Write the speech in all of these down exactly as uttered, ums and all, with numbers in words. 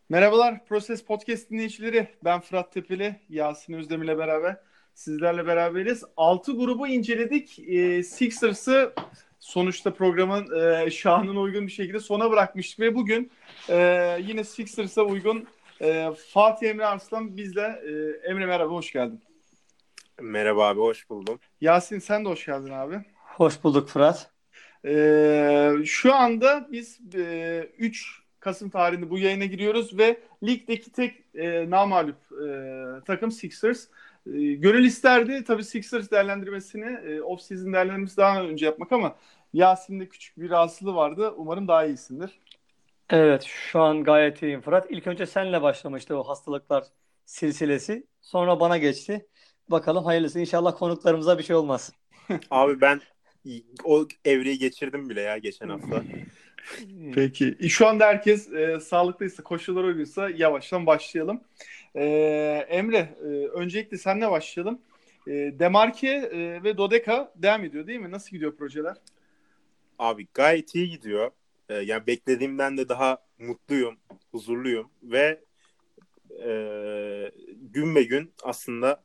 Merhabalar, Proses Podcast dinleyicileri. Ben Fırat Tepeli, Yasin Özdemir beraber sizlerle beraberiz. Altı grubu inceledik. E, Sixers'ı sonuçta programın e, şahına uygun bir şekilde sona bırakmıştık ve bugün e, yine Sixers'a uygun e, Fatih Emre Arslan bizle. E, Emre merhaba, hoş geldin. Merhaba abi, hoş buldum. Yasin sen de hoş geldin abi. Hoş bulduk Fırat. Ee, şu anda biz e, üç Kasım tarihinde bu yayına giriyoruz ve ligdeki tek e, namağlup e, takım Sixers. E, gönül isterdi tabii Sixers değerlendirmesini, e, off-season değerlendirmesi daha önce yapmak ama Yasin'de küçük bir rahatsızlığı vardı. Umarım daha iyisindir. Evet, şu an gayet iyiyim Fırat. İlk önce senle başlamıştı o hastalıklar silsilesi. Sonra bana geçti. Bakalım hayırlısı. İnşallah konuklarımıza bir şey olmaz. Abi ben o evreyi geçirdim bile ya geçen hafta. Peki. Şu anda herkes e, sağlıklıysa, koşullar uygunsa yavaştan başlayalım. E, Emre, e, öncelikle seninle başlayalım. E, Demarke e, ve Dodeka devam ediyor değil mi? Nasıl gidiyor projeler? Abi gayet iyi gidiyor. Ee, yani beklediğimden de daha mutluyum, huzurluyum ve e, gün be gün aslında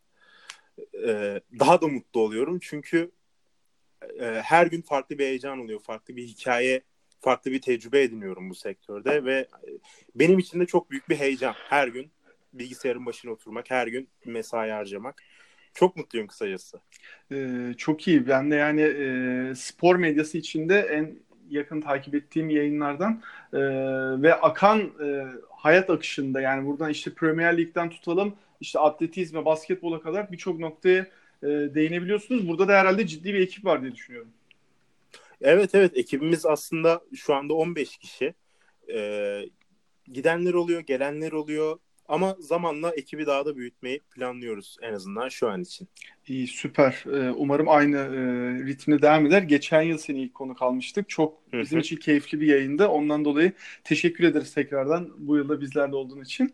e, daha da mutlu oluyorum. Çünkü e, her gün farklı bir heyecan oluyor, farklı bir hikaye, farklı bir tecrübe ediniyorum bu sektörde ve e, benim için de çok büyük bir heyecan. Her gün bilgisayarın başına oturmak, her gün mesai harcamak. Çok mutluyum kısacası. E, çok iyi. Ben de yani e, spor medyası içinde en yakın takip ettiğim yayınlardan e, ve akan e, hayat akışında yani buradan işte Premier Lig'den tutalım işte atletizme, basketbola kadar birçok noktaya e, değinebiliyorsunuz. Burada da herhalde ciddi bir ekip var diye düşünüyorum. Evet evet ekibimiz aslında şu anda on beş kişi. Ee, gidenler oluyor, gelenler oluyor. Ama zamanla ekibi daha da büyütmeyi planlıyoruz en azından şu an için. İyi, süper. Ee, umarım aynı e, ritmine devam eder. Geçen yıl seni ilk konuk almıştık. Çok Hı bizim hı. için keyifli bir yayında. Ondan dolayı teşekkür ederiz tekrardan bu yılda bizlerle olduğun için.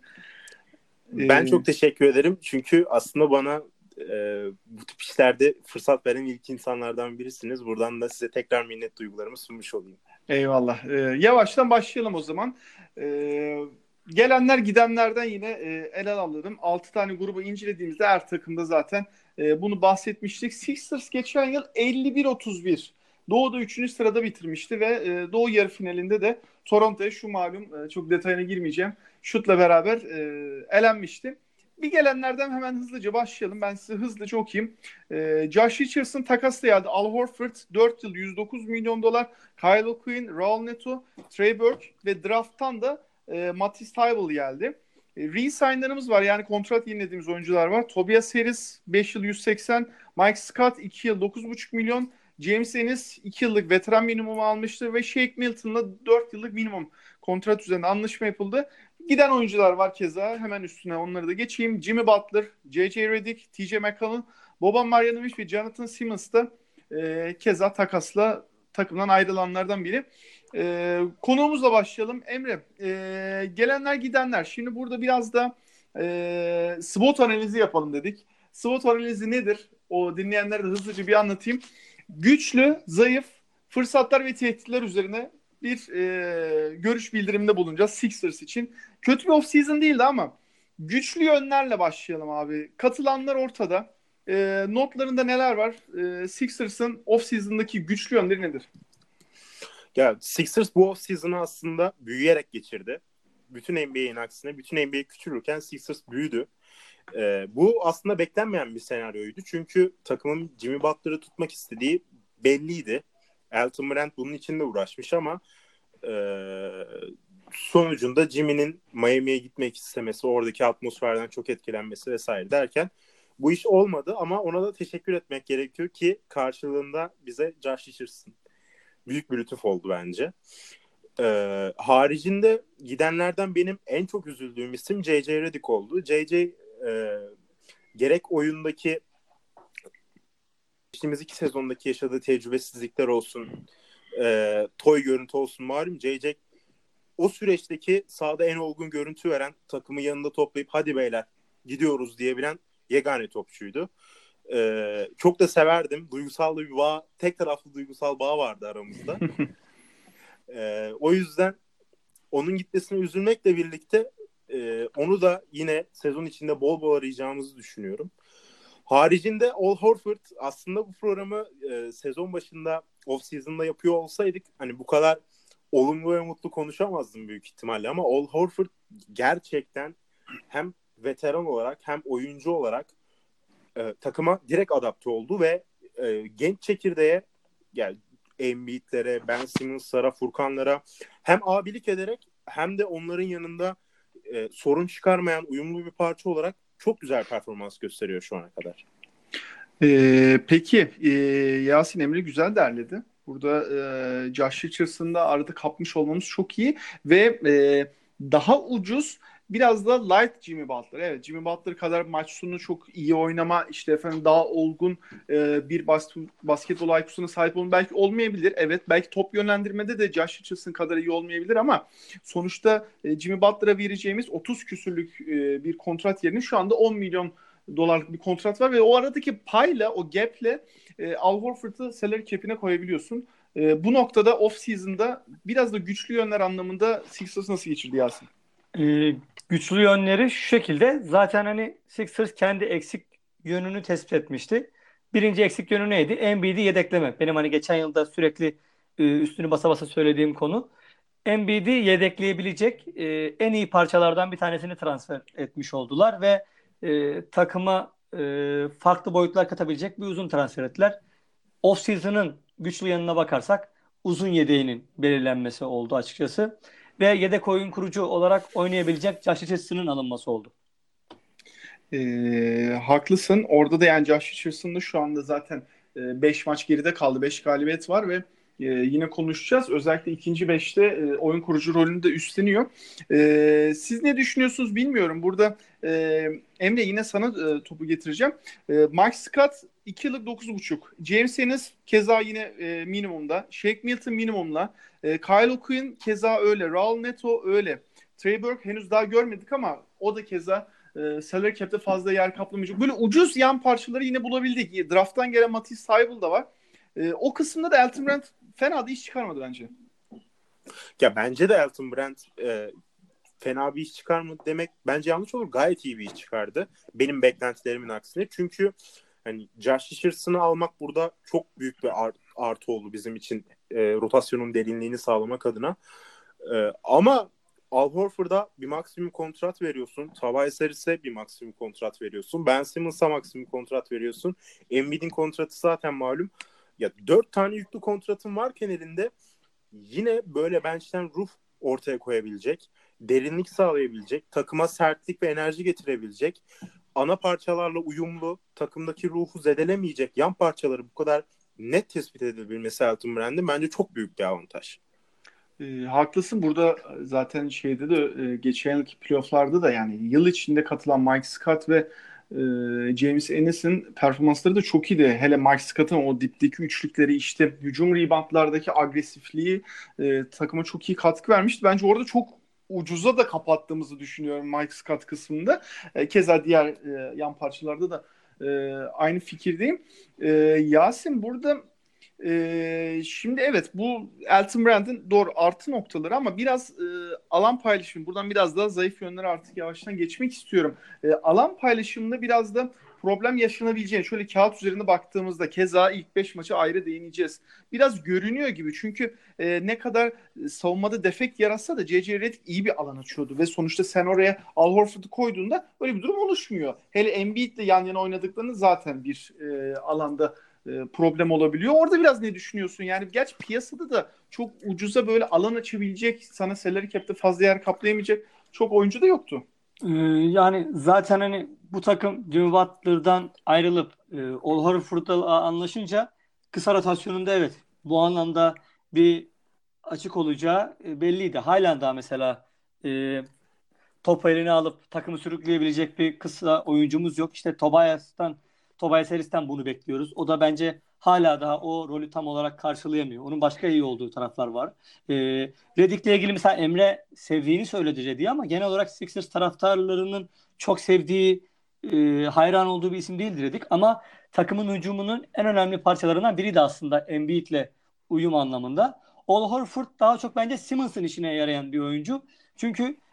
Ben Ee, çok teşekkür ederim. Çünkü aslında bana e, bu tip işlerde fırsat veren ilk insanlardan birisiniz. Buradan da size tekrar minnet duygularımı sunmuş olayım. Eyvallah. Ee, yavaştan başlayalım o zaman. Ee, gelenler gidenlerden yine e, ele alalım. Altı tane grubu incelediğimizde her takımda zaten e, bunu bahsetmiştik. Sixers geçen yıl elli bir otuz bir Doğu'da üçüncü sırada bitirmişti ve e, Doğu yarı finalinde de Toronto'ya şu malum e, çok detayına girmeyeceğim şutla beraber e, elenmişti. Bir gelenlerden hemen hızlıca başlayalım. Ben size hızlıca okuyayım. E, Josh Richardson takasla geldi. Al Horford dört yıl yüz dokuz milyon dolar. Kyle O'Quinn, Raul Neto, Trey Burke ve draft'tan da e, Matisse Thybulle geldi. E, re-signlarımız var yani kontrat yenilediğimiz oyuncular var. Tobias Harris beş yıl yüz seksen, Mike Scott iki yıl dokuz buçuk milyon, James Ennis iki yıllık veteran minimumu almıştı ve Shake Milton'la dört yıllık minimum kontrat üzerinde anlaşma yapıldı. Giden oyuncular var keza hemen üstüne onları da geçeyim. Jimmy Butler, J J Redick, T J McConnell, Boban Marjanovic ve Jonathan Simmons da e, keza takasla takımdan ayrılanlardan biri. E, konuğumuzla başlayalım. Emre, e, gelenler gidenler. Şimdi burada biraz da e, SWOT analizi yapalım dedik. SWOT analizi nedir? O dinleyenlere de hızlıca bir anlatayım. Güçlü, zayıf, fırsatlar ve tehditler üzerine bir e, görüş bildiriminde bulunacağız Sixers için. Kötü bir off-season değildi ama güçlü yönlerle başlayalım abi. Katılanlar ortada. E, notlarında neler var? E, Sixers'ın off-season'daki güçlü yönleri nedir? Ya Sixers bu off-season'ı aslında büyüyerek geçirdi. Bütün N B A'in aksine bütün N B A küçülürken Sixers büyüdü. Ee, bu aslında beklenmeyen bir senaryoydu. Çünkü takımın Jimmy Butler'ı tutmak istediği belliydi. Elton Brand bunun için de uğraşmış ama e, sonucunda Jimmy'nin Miami'ye gitmek istemesi, oradaki atmosferden çok etkilenmesi vesaire derken bu iş olmadı ama ona da teşekkür etmek gerekiyor ki karşılığında bize Josh Richardson büyük bir lütuf oldu bence. Ee, haricinde gidenlerden benim en çok üzüldüğüm isim J J Redick oldu. J J e, gerek oyundaki geçtiğimiz iki sezondaki yaşadığı tecrübesizlikler olsun, e, toy görüntü olsun malum J J o süreçteki sahada en olgun görüntü veren, takımı yanında toplayıp hadi beyler gidiyoruz diyebilen yegane topçuydu. Ee, çok da severdim. Duygusal bir bağ, tek taraflı duygusal bağ vardı aramızda. Ee, o yüzden onun gitmesine üzülmekle birlikte e, onu da yine sezon içinde bol bol arayacağımızı düşünüyorum. Haricinde Al Horford aslında bu programı e, sezon başında off-season'da yapıyor olsaydık hani bu kadar olumlu ve mutlu konuşamazdım büyük ihtimalle ama Al Horford gerçekten hem veteran olarak hem oyuncu olarak e, takıma direkt adapte oldu ve e, genç çekirdeğe yani Embiid'lere, Ben Simmons'lara, Furkan'lara hem abilik ederek hem de onların yanında e, sorun çıkarmayan uyumlu bir parça olarak çok güzel performans gösteriyor şu ana kadar. Ee, peki e, Yasin Emre güzel derledi. Burada e, Josh Richardson'ı da arada kapmış olmamız çok iyi ve e, daha ucuz biraz da light Jimmy Butler. Evet, Jimmy Butler kadar maç sonu çok iyi oynama işte efendim daha olgun e, bir bas- basketbol I Q'suna sahip olun belki olmayabilir. Evet, belki top yönlendirmede de Josh Richardson kadar iyi olmayabilir ama sonuçta e, Jimmy Butler'a vereceğimiz otuz küsürlük e, bir kontrat yerine şu anda on milyon dolarlık bir kontrat var ve o aradaki payla, o gap'le e, Al Horford'u salary cap'ine koyabiliyorsun. E, bu noktada off season'da biraz da güçlü yönler anlamında Sixers nasıl geçirdi Yasin? Ee, güçlü yönleri şu şekilde. Zaten hani Sixers kendi eksik yönünü tespit etmişti. Birinci eksik yönü neydi? Embiid'i yedekleme. Benim hani geçen yılda sürekli e, üstünü basa basa söylediğim konu. Embiid'i yedekleyebilecek e, en iyi parçalardan bir tanesini transfer etmiş oldular ve e, takıma e, farklı boyutlar katabilecek bir uzun transfer ettiler. Off-season'ın güçlü yanına bakarsak uzun yedeğinin belirlenmesi oldu açıkçası. Ve yedek oyun kurucu olarak oynayabilecek Josh Richardson'ın alınması oldu. E, haklısın. Orada da yani Josh Richardson'da şu anda zaten beş maç geride kaldı. beş galibiyet var ve e, yine konuşacağız. Özellikle ikinci beşte e, oyun kurucu rolünü de üstleniyor. E, siz ne düşünüyorsunuz bilmiyorum. Burada e, Emre yine sana e, topu getireceğim. E, Mike Scott iki yıllık dokuz buçuk. James Ennis keza yine e, minimumda. Shake Milton minimumla. E, Kyle O'Quinn keza öyle. Raul Neto öyle. Trey Burke henüz daha görmedik ama o da keza e, salary cap'te fazla yer kaplamayacak. Böyle ucuz yan parçaları yine bulabildik. Draft'tan gelen Matisse Thybulle da var. E, o kısımda da Elton Brand fena da iş çıkarmadı bence. Ya bence de Elton Brand e, fena bir iş çıkarmadı demek bence yanlış olur. Gayet iyi bir iş çıkardı. Benim beklentilerimin aksine. Çünkü hani Josh Richardson'ı almak burada çok büyük bir art, artı oldu bizim için. E, rotasyonun derinliğini sağlamak adına. E, ama Al Horford'a bir maksimum kontrat veriyorsun. Tobias Harris'e bir maksimum kontrat veriyorsun. Ben Simmons'a maksimum kontrat veriyorsun. Embiid'in kontratı zaten malum. Ya dört tane yüklü kontratın varken elinde yine böyle bench'ten ruh ortaya koyabilecek, derinlik sağlayabilecek, takıma sertlik ve enerji getirebilecek, ana parçalarla uyumlu, takımdaki ruhu zedelemeyecek yan parçaları bu kadar net tespit edebilmesi Elton Brand'in bence çok büyük bir avantaj. E, haklısın. Burada zaten şeyde de e, geçen yılki playoff'larda da yani yıl içinde katılan Mike Scott ve e, James Ennis'in performansları da çok iyiydi. Hele Mike Scott'ın o dipteki üçlükleri işte hücum reboundlardaki agresifliği e, takıma çok iyi katkı vermişti. Bence orada çok ucuza da kapattığımızı düşünüyorum Mike Scott kısmında. E, keza diğer e, yan parçalarda da e, aynı fikirdeyim. E, Yasin burada ee, şimdi evet bu Elton Brand'in doğru artı noktaları ama biraz e, alan paylaşımı buradan biraz daha zayıf yönleri artık yavaştan geçmek istiyorum. E, alan paylaşımında biraz da problem yaşanabileceğini şöyle kağıt üzerine baktığımızda keza ilk beş maça ayrı değineceğiz. Biraz görünüyor gibi çünkü e, ne kadar savunmada defekt yaratsa da C C Redick iyi bir alan açıyordu ve sonuçta sen oraya Al Horford'u koyduğunda öyle bir durum oluşmuyor. Hele Embiid'le yan yana oynadıklarını zaten bir e, alanda problem olabiliyor. Orada biraz ne düşünüyorsun? Yani gerçi piyasada da çok ucuza böyle alan açabilecek, sana salary cap'te fazla yer kaplayamayacak çok oyuncu da yoktu. Ee, yani zaten hani bu takım Jimmy Butler'dan ayrılıp e, Al Horford'la anlaşınca kısa rotasyonunda evet bu anlamda bir açık olacağı e, belliydi. Halen daha mesela e, topu eline alıp takımı sürükleyebilecek bir kısa oyuncumuz yok. İşte Tobias'tan, Tobias Harris'ten bunu bekliyoruz. O da bence hala daha o rolü tam olarak karşılayamıyor. Onun başka iyi olduğu taraflar var. Ee, Redick'le ilgili mesela Emre sevdiğini söyledi Redick'i ama genel olarak Sixers taraftarlarının çok sevdiği, e, hayran olduğu bir isim değildi Redick. Ama takımın hücumunun en önemli parçalarından biri de aslında Embiid'le uyum anlamında. Al Horford daha çok bence Simmons'ın işine yarayan bir oyuncu. Çünkü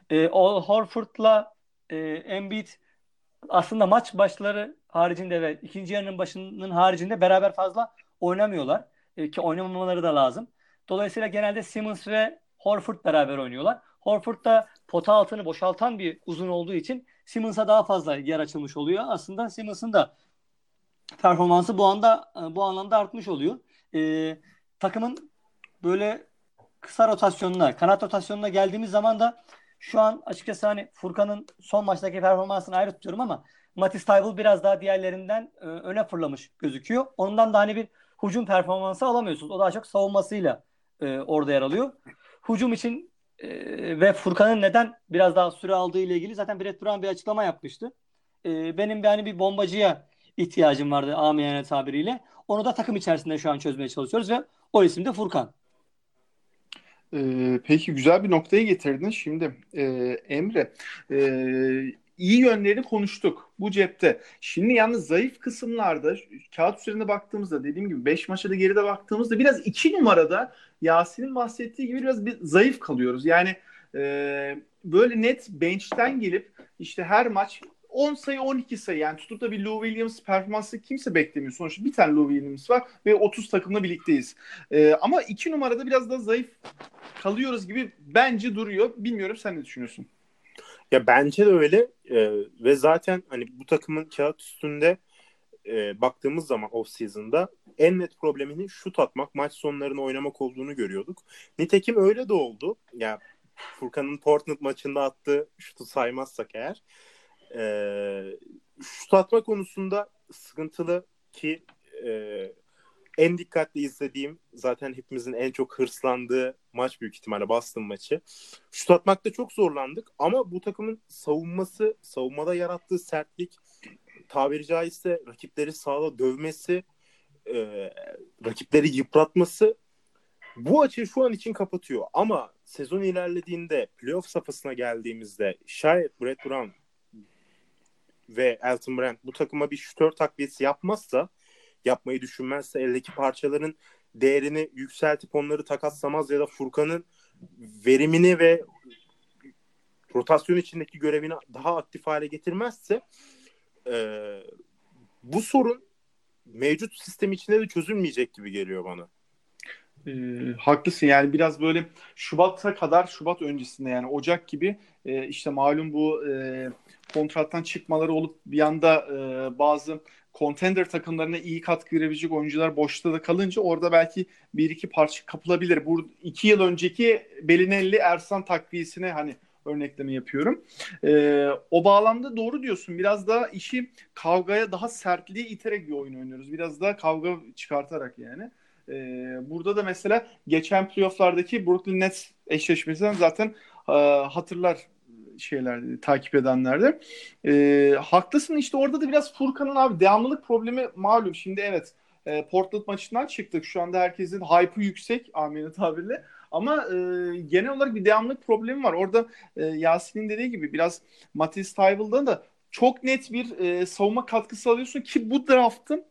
E, Al Horford'la e, Embiid aslında maç başları haricinde ve ikinci yarının başının haricinde beraber fazla oynamıyorlar. E, ki oynamamaları da lazım. Dolayısıyla genelde Simmons ve Horford beraber oynuyorlar. Horford da pota altını boşaltan bir uzun olduğu için Simmons'a daha fazla yer açılmış oluyor. Aslında Simmons'ın da performansı bu anda bu anlamda artmış oluyor. E, takımın böyle kısa rotasyonuna, kanat rotasyonuna geldiğimiz zaman da şu an açıkçası hani Furkan'ın son maçtaki performansını ayrı tutuyorum ama Matisse Thybulle biraz daha diğerlerinden e, öne fırlamış gözüküyor. Ondan da hani bir hücum performansı alamıyorsunuz. O daha çok savunmasıyla e, orada yer alıyor. Hücum için e, ve Furkan'ın neden biraz daha süre aldığı ile ilgili zaten Brett Brown bir açıklama yapmıştı. E, benim bir hani bir bombacıya ihtiyacım vardı amiyane tabiriyle. Onu da takım içerisinde şu an çözmeye çalışıyoruz ve o isim de Furkan. Ee, peki güzel bir noktaya getirdin. Şimdi e, Emre, e, iyi yönlerini konuştuk bu cepte. Şimdi yalnız zayıf kısımlarda kağıt üzerinde baktığımızda dediğim gibi beş maça da geride baktığımızda biraz iki numarada Yasin'in bahsettiği gibi biraz bir zayıf kalıyoruz. Yani e, böyle net bench'ten gelip işte her maç on sayı on iki sayı yani tutup da bir Lou Williams performansı kimse beklemiyor. Sonuçta bir tane Lou Williams var ve otuz takımla birlikteyiz. E, ama iki numarada biraz daha zayıf kalıyoruz gibi bence duruyor. Bilmiyorum sen ne düşünüyorsun? Ya bence de öyle Ee, ve zaten hani bu takımın kağıt üstünde e, baktığımız zaman off season'da en net probleminin şut atmak, maç sonlarını oynamak olduğunu görüyorduk. Nitekim öyle de oldu. Ya Furkan'ın Portland maçında attığı şutu saymazsak eğer e, şut atma konusunda sıkıntılı ki e, en dikkatli izlediğim zaten hepimizin en çok hırslandığı maç büyük ihtimalle Boston maçı. Şut atmakta çok zorlandık ama bu takımın savunması, savunmada yarattığı sertlik, tabiri caizse rakipleri sahada dövmesi, e, rakipleri yıpratması bu açığı şu an için kapatıyor. Ama sezon ilerlediğinde playoff safhasına geldiğimizde şayet Brett Brown ve Elton Brand bu takıma bir şutör takviyesi yapmazsa, yapmayı düşünmezse, eldeki parçaların değerini yükseltip onları takaslamaz ya da Furkan'ın verimini ve rotasyon içindeki görevini daha aktif hale getirmezse e, bu sorun mevcut sistem içinde de çözülmeyecek gibi geliyor bana. E, haklısın yani biraz böyle Şubat'a kadar Şubat öncesinde yani Ocak gibi e, işte malum bu e, kontrattan çıkmaları olup bir anda e, bazı contender takımlarına iyi katkı verebilecek oyuncular boşta da kalınca orada belki bir iki parça kapılabilir. Bu iki yıl önceki Belinelli Ersan takviyesine hani örnekleme yapıyorum. E, o bağlamda doğru diyorsun. Biraz daha işi kavgaya daha sertliğe iterek bir oyun oynuyoruz. Biraz daha kavga çıkartarak yani. Ee, burada da mesela geçen playofflardaki Brooklyn Nets eşleşmesinden zaten e, hatırlar şeyler takip edenlerde. Ee, haklısın işte orada da biraz Furkan'ın abi devamlılık problemi malum. Şimdi evet e, Portland maçından çıktık. Şu anda herkesin hype'ı yüksek amine tabirle. Ama e, genel olarak bir devamlılık problemi var. Orada e, Yasin'in dediği gibi biraz Matisse Thybulle'dan da çok net bir e, savunma katkısı alıyorsun ki bu draft'ın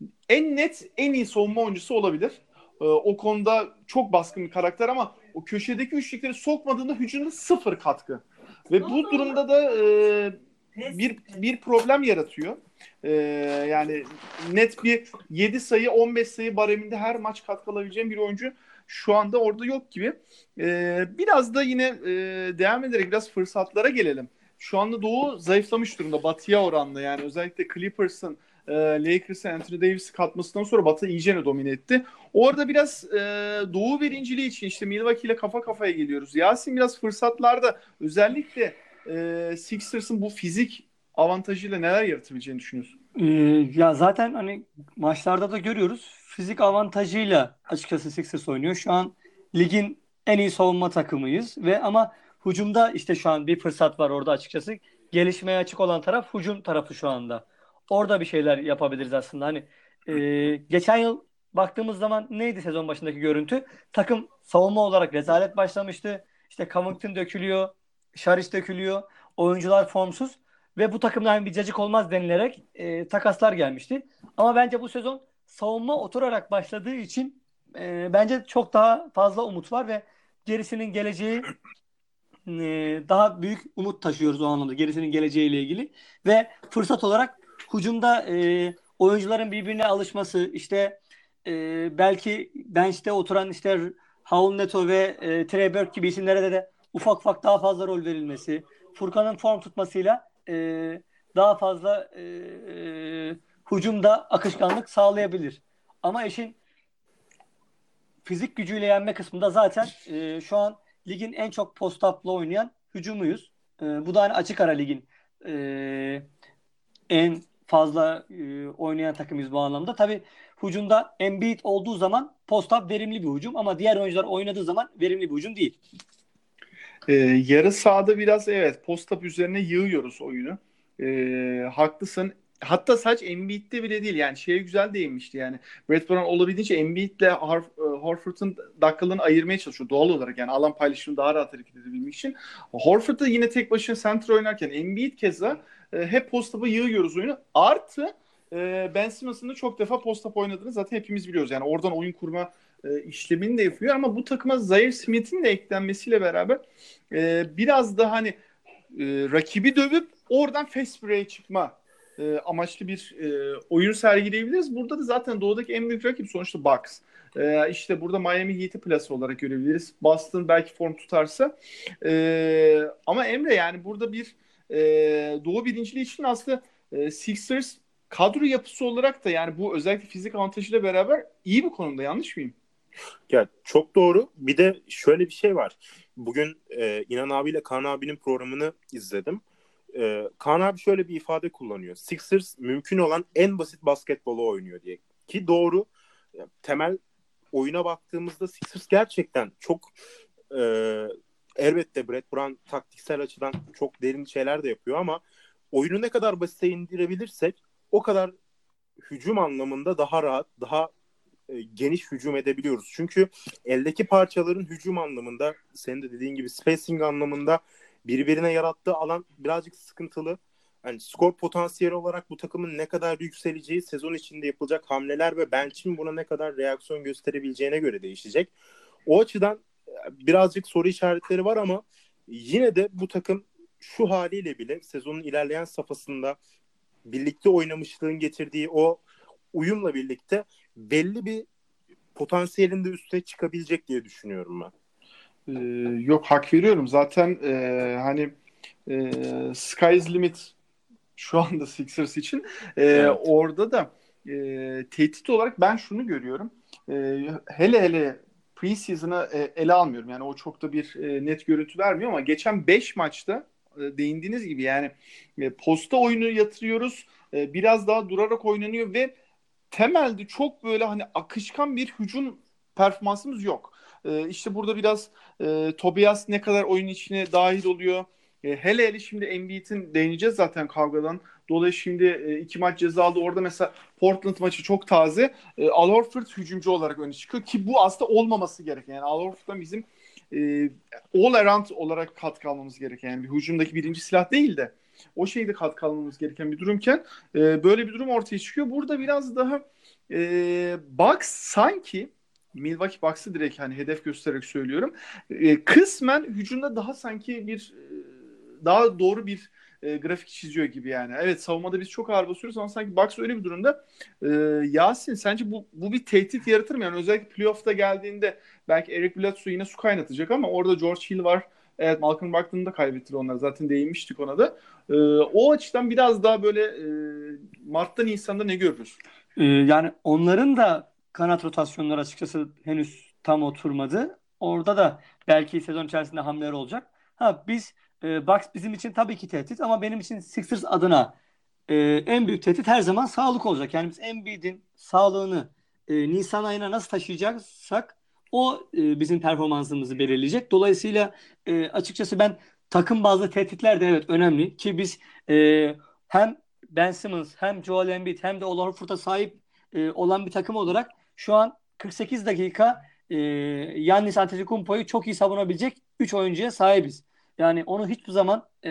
en net en iyi savunma oyuncusu olabilir. Ee, o konuda çok baskın bir karakter ama o köşedeki üçlükleri sokmadığında hücumda sıfır katkı. Ve bu durumda da e, bir bir problem yaratıyor. E, yani net bir yedi sayı on beş sayı bareminde her maç katkı alabileceğim bir oyuncu şu anda orada yok gibi. E, biraz da yine e, devam ederek biraz fırsatlara gelelim. Şu anda Doğu zayıflamış durumda Batı'ya oranla yani özellikle Clippers'ın e, Lakers'a Anthony Davis'i katmasından sonra Batı iyice domine etti. Orada biraz e, Doğu birinciliği için işte Milwaukee ile kafa kafaya geliyoruz. Yasin biraz fırsatlarda özellikle e, Sixers'ın bu fizik avantajıyla neler yaratabileceğini düşünüyorsun? Ee, ya zaten hani maçlarda da görüyoruz. Fizik avantajıyla açıkçası Sixers oynuyor. Şu an ligin en iyi savunma takımıyız ve ama hücumda işte şu an bir fırsat var orada açıkçası. Gelişmeye açık olan taraf hücum tarafı şu anda. Orada bir şeyler yapabiliriz aslında. Hani e, geçen yıl baktığımız zaman neydi sezon başındaki görüntü? Takım savunma olarak rezalet başlamıştı. İşte Covington dökülüyor, Şariş dökülüyor. Oyuncular formsuz. Ve bu takımdan bir cacık olmaz denilerek e, takaslar gelmişti. Ama bence bu sezon savunma oturarak başladığı için e, bence çok daha fazla umut var ve gerisinin geleceği e, daha büyük umut taşıyoruz o anlamda gerisinin geleceğiyle ilgili ve fırsat olarak hücumda e, oyuncuların birbirine alışması işte e, belki bench'te oturan işte Raul Neto ve e, Trey Burke gibi isimlere de ufak ufak daha fazla rol verilmesi, Furkan'ın form tutmasıyla e, daha fazla e, e, hücumda akışkanlık sağlayabilir. Ama işin fizik gücüyle yenme kısmında zaten e, şu an ligin en çok post-up'la oynayan hücumuyuz. E, bu da hani açık ara ligin e, en fazla e, oynayan takımıyız bu anlamda. Tabii hücumda Embiid olduğu zaman post-up verimli bir hücum ama diğer oyuncular oynadığı zaman verimli bir hücum değil. Ee, yarı sahada biraz evet post-up üzerine yığıyoruz oyunu. Ee, haklısın. Hatta sadece Embiid'de bile değil yani şeye güzel değinmişti yani. Brett Brown olabildiğince Embiid'le Harf, e, Horford'un dakikalarını ayırmaya çalışıyor doğal olarak yani alan paylaşımını daha rahat hareket edebilmek için. Horford da yine tek başına center oynarken Embiid keza e, hep post-up'a yığıyoruz oyunu. Artı e, Ben Simmons'ın da çok defa post-up oynadığını zaten hepimiz biliyoruz. Yani oradan oyun kurma e, işlemini de yapıyor ama bu takıma Zaire Smith'in de eklenmesiyle beraber e, biraz da hani e, rakibi dövüp oradan fast break'e çıkma e, amaçlı bir e, oyun sergileyebiliriz. Burada da zaten doğudaki en büyük rakip sonuçta Bucks. E, işte burada Miami Heat'i plası olarak görebiliriz. Boston belki form tutarsa. E, ama Emre yani burada bir e, doğu birinciliği için aslında e, Sixers kadro yapısı olarak da yani bu özellikle fizik avantajıyla beraber iyi bir konumda yanlış mıyım? Ya çok doğru. Bir de şöyle bir şey var. Bugün e, İnan abiyle Kaan abinin programını izledim. E, Kaan abi şöyle bir ifade kullanıyor. Sixers mümkün olan en basit basketbolu oynuyor diye. Ki doğru. Ya, temel oyuna baktığımızda Sixers gerçekten çok e, elbette Brett Brown taktiksel açıdan çok derin şeyler de yapıyor ama oyunu ne kadar basite indirebilirsek o kadar hücum anlamında daha rahat, daha e, geniş hücum edebiliyoruz. Çünkü eldeki parçaların hücum anlamında, senin de dediğin gibi spacing anlamında birbirine yarattığı alan birazcık sıkıntılı. Yani skor potansiyeli olarak bu takımın ne kadar yükseleceği sezon içinde yapılacak hamleler ve bench'in buna ne kadar reaksiyon gösterebileceğine göre değişecek. O açıdan birazcık soru işaretleri var ama yine de bu takım şu haliyle bile sezonun ilerleyen safhasında birlikte oynamışlığın getirdiği o uyumla birlikte belli bir potansiyelin de üstüne çıkabilecek diye düşünüyorum ben. Ee, yok hak veriyorum. Zaten e, hani e, sky's limit şu anda Sixers için. E, Evet. orada da e, tehdit olarak ben şunu görüyorum. E, hele hele preseason'ı e, ele almıyorum. Yani o çok da bir e, net görüntü vermiyor ama geçen beş maçta e, değindiğiniz gibi yani e, posta oyunu yatırıyoruz. E, biraz daha durarak oynanıyor ve temelde çok böyle hani akışkan bir hücum performansımız yok. Ee, işte burada biraz e, Tobias ne kadar oyun içine dahil oluyor. E, hele hele şimdi Embiid'in değineceğiz zaten kavgadan. Dolayısıyla şimdi e, iki maç ceza aldı. Orada mesela Portland maçı çok taze. E, Al Horford hücumcu olarak öne çıkıyor ki bu aslında olmaması gereken. Yani Al Horford'dan bizim e, all around olarak katkı almamız gereken. Yani bir hücumdaki birinci silah değil de o şeyde katkı almamız gereken bir durumken e, böyle bir durum ortaya çıkıyor. Burada biraz daha e, Bucks sanki Milwaukee Bucks'ı direkt hani hedef göstererek söylüyorum. E, kısmen hücumda daha sanki bir e, daha doğru bir e, grafik çiziyor gibi yani. Evet savunmada biz çok ağır basıyoruz ama sanki Bucks öyle bir durumda. E, Yasin sence bu bu bir tehdit yaratır mı? Yani özellikle playoff'ta geldiğinde belki Eric Bledsoe yine su kaynatacak ama orada George Hill var. Evet Malcolm Brogdon'u da kaybettiler onlar. Zaten değinmiştik ona da. E, o açıdan biraz daha böyle e, Mart'ta Nisan'da ne görürüz? Ee, yani onların da kanat rotasyonları açıkçası henüz tam oturmadı. Orada da belki sezon içerisinde hamleler olacak. Ha biz e, Bucks bizim için tabii ki tehdit ama benim için Sixers adına e, en büyük tehdit her zaman sağlık olacak. Yani biz Embiid'in sağlığını e, Nisan ayına nasıl taşıyacaksak o e, bizim performansımızı belirleyecek. Dolayısıyla e, açıkçası ben takım bazlı tehditler de evet önemli ki biz e, hem Ben Simmons hem Joel Embiid hem de Al Horford'a sahip e, olan bir takım olarak şu an kırk sekiz dakika e, Giannis Antetokounmpo'yu çok iyi savunabilecek üç oyuncuya sahibiz. Yani onu hiçbir zaman e,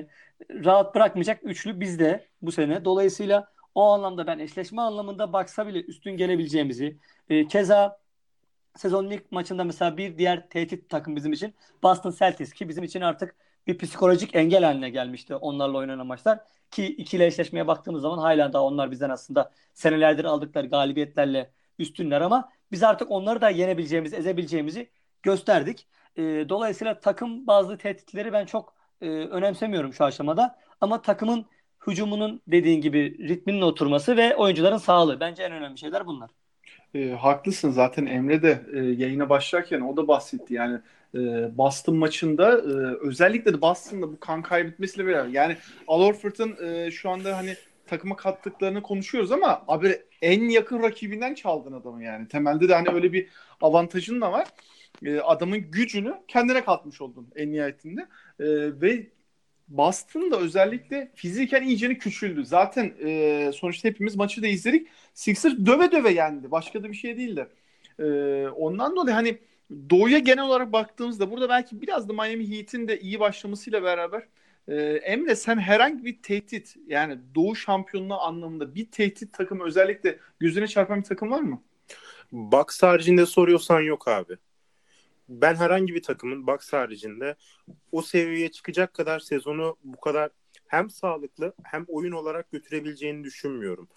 rahat bırakmayacak üçlü bizde bu sene. Dolayısıyla o anlamda ben eşleşme anlamında baksa bile üstün gelebileceğimizi e, keza Sezonun ilk maçında mesela bir diğer tehdit takım bizim için Boston Celtics, ki bizim için artık bir psikolojik engel haline gelmişti onlarla oynanan maçlar. Ki ikili eşleşmeye baktığımız zaman hala da onlar bizden aslında senelerdir aldıkları galibiyetlerle üstünler, ama biz artık onları da yenebileceğimizi, ezebileceğimizi gösterdik. E, dolayısıyla takım bazı tehditleri ben çok e, önemsemiyorum şu aşamada. Ama takımın hücumunun dediğin gibi ritminin oturması ve oyuncuların sağlığı. Bence en önemli şeyler bunlar. E, haklısın zaten Emre de e, yayına başlarken o da bahsetti yani e, Boston maçında e, özellikle de Boston'da bu kan kaybetmesiyle beraber yani Al Horford'un e, şu anda hani takıma kattıklarını konuşuyoruz ama abi en yakın rakibinden çaldın adamı yani temelde de hani öyle bir avantajın da var. E, adamın gücünü kendine katmış oldun en nihayetinde. E, ve Boston da özellikle fiziken iyicene küçüldü. Zaten e, sonuçta hepimiz maçı da izledik. Sixers döve döve yendi. Başka da bir şey değildi. E, ondan dolayı hani Doğu'ya genel olarak baktığımızda burada belki biraz da Miami Heat'in de iyi başlamasıyla beraber e, Emre sen herhangi bir tehdit yani Doğu şampiyonluğu anlamında bir tehdit takımı özellikle gözüne çarpan bir takım var mı? Bucks haricinde soruyorsan yok abi. Ben herhangi bir takımın Bucks haricinde o seviyeye çıkacak kadar sezonu bu kadar hem sağlıklı hem oyun olarak götürebileceğini düşünmüyorum.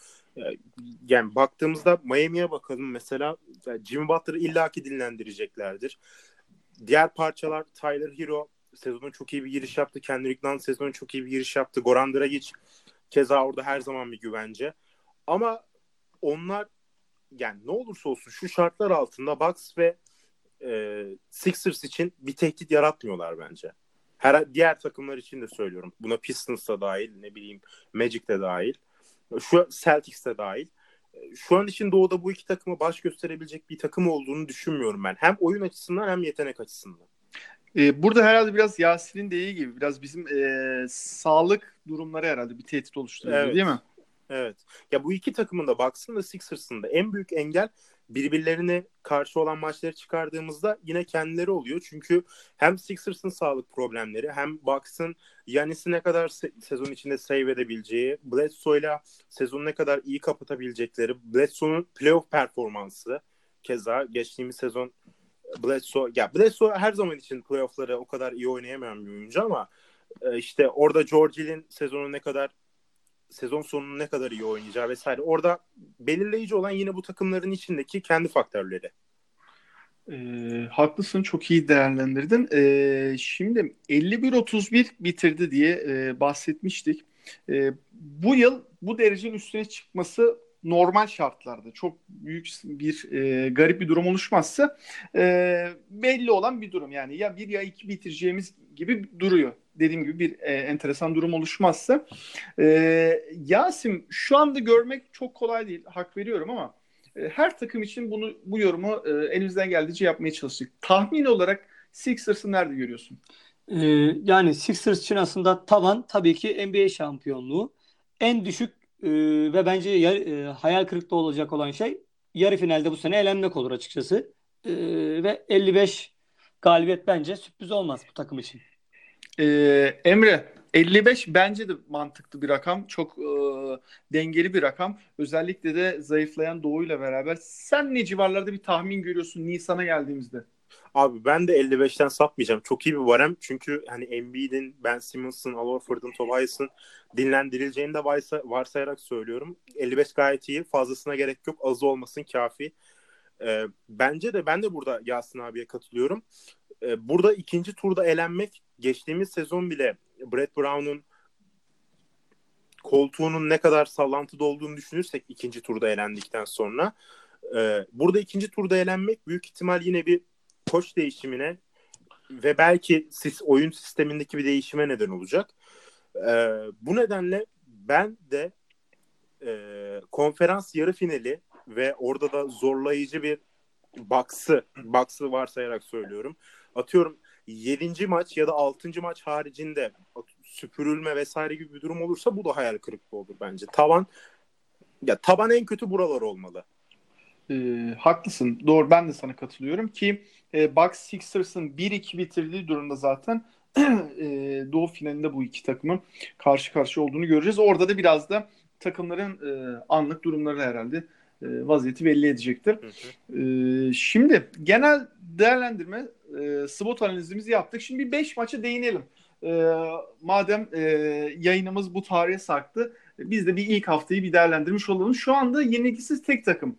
Yani baktığımızda Miami'ye bakalım mesela, Jimmy Butler'ı illaki dinlendireceklerdir. Diğer parçalar Tyler Hero sezonu çok iyi bir giriş yaptı. Kendrick Nunn sezonu çok iyi bir giriş yaptı. Goran Dragic keza orada her zaman bir güvence. Ama onlar yani ne olursa olsun şu şartlar altında Bucks ve e, Sixers için bir tehdit yaratmıyorlar bence. Her diğer takımlar için de söylüyorum. Buna Pistons da dahil, ne bileyim Magic de dahil. Şu Celtics de dahil. Şu an için Doğu'da bu iki takıma baş gösterebilecek bir takım olduğunu düşünmüyorum ben. Hem oyun açısından hem yetenek açısından. Ee, burada herhalde biraz Yasin'in dediği gibi biraz bizim e, sağlık durumları herhalde bir tehdit oluşturuyor değil Evet. mi? Evet. Ya bu iki takımın da Bucks'ın da Sixers'ın da en büyük engel birbirlerine karşı olan maçları çıkardığımızda yine kendileri oluyor. Çünkü hem Sixers'ın sağlık problemleri hem Bucks'ın Giannis'i ne kadar se- sezon içinde save edebileceği, Bledsoe'yla sezonu ne kadar iyi kapatabilecekleri, Bledsoe'nun playoff performansı keza geçtiğimiz sezon Bledsoe, ya Bledsoe her zaman için playoff'ları o kadar iyi oynayamayan bir oyuncu ama e, işte orada George Hill'in sezonu ne kadar sezon sonunu ne kadar iyi oynayacağı vesaire. Orada belirleyici olan yine bu takımların içindeki kendi faktörleri. E, haklısın çok iyi değerlendirdin. E, şimdi elli bir otuz bir bitirdi diye e, bahsetmiştik. E, bu yıl bu derecenin üstüne çıkması normal şartlarda çok büyük bir e, garip bir durum oluşmazsa e, belli olan bir durum. Yani ya bir ya iki bitireceğimiz gibi duruyor. Dediğim gibi bir e, enteresan durum oluşmazsa. E, Yasim şu anda görmek çok kolay değil. Hak veriyorum ama e, her takım için bunu bu yorumu e, elimizden geldiğince yapmaya çalıştık. Tahmin olarak Sixers'ı nerede görüyorsun? Ee, Yani Sixers için aslında tavan tabii ki N B A şampiyonluğu. En düşük e, ve bence yar- e, hayal kırıklığı olacak olan şey yarı finalde bu sene elenmek olur açıkçası. Ee, Ve elli beş galibiyet bence sürpriz olmaz bu takım için. E, Emre elli beş bence de mantıklı bir rakam. Çok e, dengeli bir rakam. Özellikle de zayıflayan Doğu'yla beraber. Sen ne civarlarda bir tahmin görüyorsun Nisan'a geldiğimizde? Abi ben de elli beşten sapmayacağım. Çok iyi bir barem. Çünkü hani Embiid'in, Ben Simmons'ın, Al Horford'un, Tobias'ın dinlendirileceğini de varsa, varsayarak söylüyorum. elli beş gayet iyi. Fazlasına gerek yok. Azı olmasın kafi. Ee, bence de ben de burada Yasin abiye katılıyorum. Ee, burada ikinci turda elenmek, geçtiğimiz sezon bile Brett Brown'un koltuğunun ne kadar sallantıda olduğunu düşünürsek ikinci turda elendikten sonra e, burada ikinci turda elenmek büyük ihtimal yine bir koç değişimine ve belki siz oyun sistemindeki bir değişime neden olacak. E, bu nedenle ben de e, konferans yarı finali ve orada da zorlayıcı bir Bucks'ı, Bucks'ı varsayarak söylüyorum. Atıyorum yedinci maç ya da altıncı maç haricinde süpürülme vesaire gibi bir durum olursa bu da hayal kırıklığı olur bence. Tavan ya taban en kötü buralar olmalı. E, haklısın. Doğru. Ben de sana katılıyorum ki e, Bucks Sixers'ın bir iki bitirdiği durumda zaten e, Doğu finalinde bu iki takımın karşı karşıya olduğunu göreceğiz. Orada da biraz da takımların e, anlık durumları herhalde vaziyeti belli edecektir. Hı hı. E, şimdi genel değerlendirme e, SWOT analizimizi yaptık. Şimdi bir beş maça değinelim. E, madem e, yayınımız bu tarihe sarktı, biz de bir ilk haftayı bir değerlendirmiş olalım. Şu anda yenilgisiz tek takım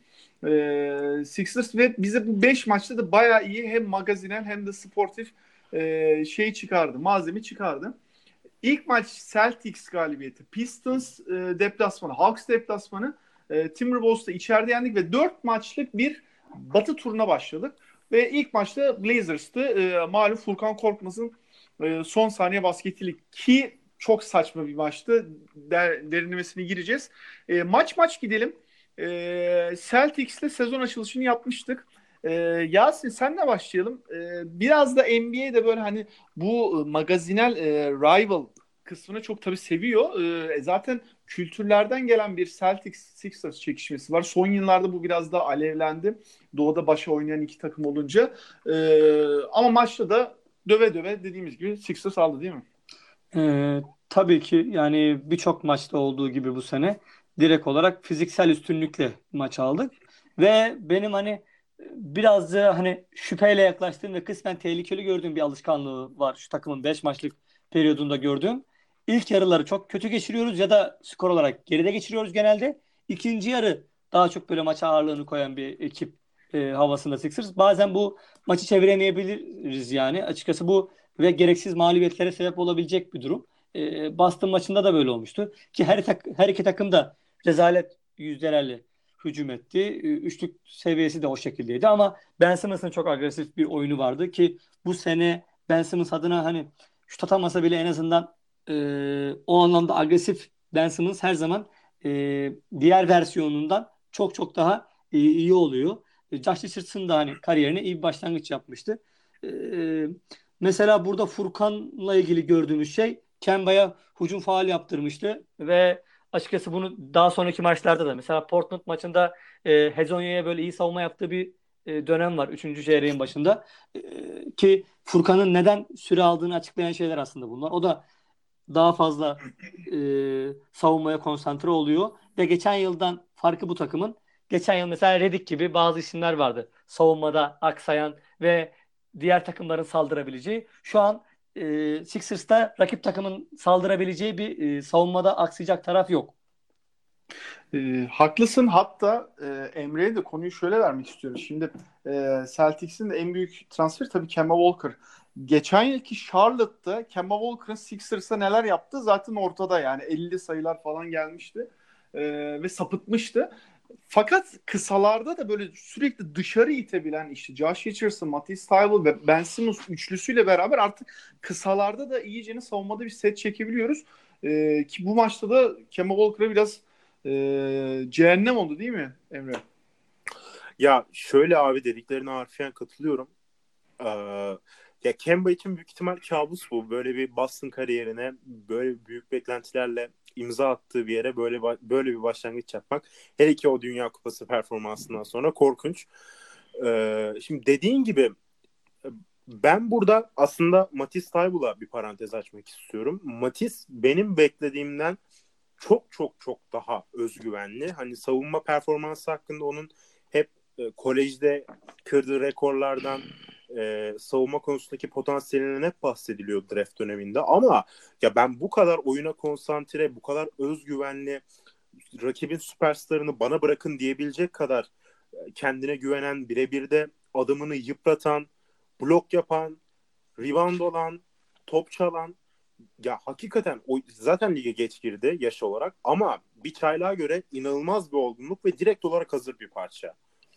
e, Sixers ve bize bu beş maçta da bayağı iyi hem magazinel hem de sportif e, şey çıkardı, malzeme çıkardı. İlk maç Celtics galibiyeti, Pistons e, deplasmanı, Hawks deplasmanı, e, Timberwolves'ta içeride yendik ve dört maçlık bir batı turuna başladık. Ve ilk maçta Blazers'tı. E, malum Furkan Korkmaz'ın e, son saniye basketiyle ki çok saçma bir maçtı. Der, derinlemesine gireceğiz. E, maç maç gidelim. E, Celtics'le sezon açılışını yapmıştık. E, Yasin senle başlayalım. E, biraz da N B A'de böyle hani bu magazinel e, rival kısmını çok tabii seviyor. E, zaten kültürlerden gelen bir Celtics Sixers çekişmesi var. Son yıllarda bu biraz daha alevlendi. Doğu'da başa oynayan iki takım olunca. E, ama maçta da döve döve dediğimiz gibi Sixers aldı değil mi? Ee, tabii ki yani birçok maçta olduğu gibi bu sene direkt olarak fiziksel üstünlükle maç aldık. Ve benim hani biraz da hani şüpheyle yaklaştığım ve kısmen tehlikeli gördüğüm bir alışkanlığı var şu takımın beş maçlık periyodunda gördüğüm. İlk yarıları çok kötü geçiriyoruz ya da skor olarak geride geçiriyoruz genelde. İkinci yarı daha çok böyle maça ağırlığını koyan bir ekip e, havasında Sixers. Bazen bu maçı çeviremeyebiliriz yani. Açıkçası bu ve gereksiz mağlubiyetlere sebep olabilecek bir durum. E, Boston maçında da böyle olmuştu. Ki her, tak, her iki takım da rezalet yüzdelerle hücum etti. E, üçlük seviyesi de o şekildeydi ama Ben Simmons'ın çok agresif bir oyunu vardı ki bu sene Ben Simmons adına hani şut atamasa bile en azından e, o anlamda agresif Ben Simmons her zaman e, diğer versiyonundan çok çok daha e, iyi oluyor. E, Josh Richardson da hani kariyerine iyi bir başlangıç yapmıştı. E, Mesela burada Furkan'la ilgili gördüğümüz şey Kemba'ya hücum faul yaptırmıştı ve açıkçası bunu daha sonraki maçlarda da mesela Portland maçında e, Hezonya'ya böyle iyi savunma yaptığı bir e, dönem var üçüncü çeyreğin başında. E, ki Furkan'ın neden süre aldığını açıklayan şeyler aslında bunlar. O da daha fazla e, savunmaya konsantre oluyor ve geçen yıldan farkı bu takımın. Geçen yıl mesela Redick gibi bazı isimler vardı. Savunmada aksayan ve diğer takımların saldırabileceği. Şu an e, Sixers'ta rakip takımın saldırabileceği bir e, savunmada aksayacak taraf yok. E, haklısın. Hatta e, Emre'ye de konuyu şöyle vermek istiyorum. Şimdi e, Celtics'in de en büyük transferi tabii Kemba Walker. Geçen yılki Charlotte'da Kemba Walker'ın Sixers'a neler yaptı zaten ortada yani elli sayılar falan gelmişti e, ve sapıtmıştı. Fakat kısalarda da böyle sürekli dışarı itebilen işte Josh Richardson, Matisse Thybulle ve Ben Simmons üçlüsüyle beraber artık kısalarda da iyicene savunmada bir set çekebiliyoruz. E, ki bu maçta da Kemba Walker'a biraz e, cehennem oldu değil mi Emre? Ya şöyle abi dediklerine harfiyen katılıyorum. Ee, ya Kemba için büyük ihtimal kabus bu. Böyle bir Boston kariyerine böyle büyük beklentilerle imza attığı bir yere böyle böyle bir başlangıç yapmak. Hele ki o Dünya Kupası performansından sonra korkunç. Ee, şimdi dediğin gibi ben burada aslında Matisse Thybulle'a bir parantez açmak istiyorum. Matisse benim beklediğimden çok çok çok daha özgüvenli. Hani savunma performansı hakkında onun hep e, kolejde kırdığı rekorlardan e, savunma konusundaki potansiyelinden hep bahsediliyor draft döneminde. Ama ya ben bu kadar oyuna konsantre, bu kadar özgüvenli, rakibin süperstarını bana bırakın diyebilecek kadar e, kendine güvenen, birebir de adamını yıpratan, blok yapan, rebound olan, top çalan, ya hakikaten o zaten lige geç girdi yaş olarak ama bir çaylağa göre inanılmaz bir olgunluk ve direkt olarak hazır bir parça.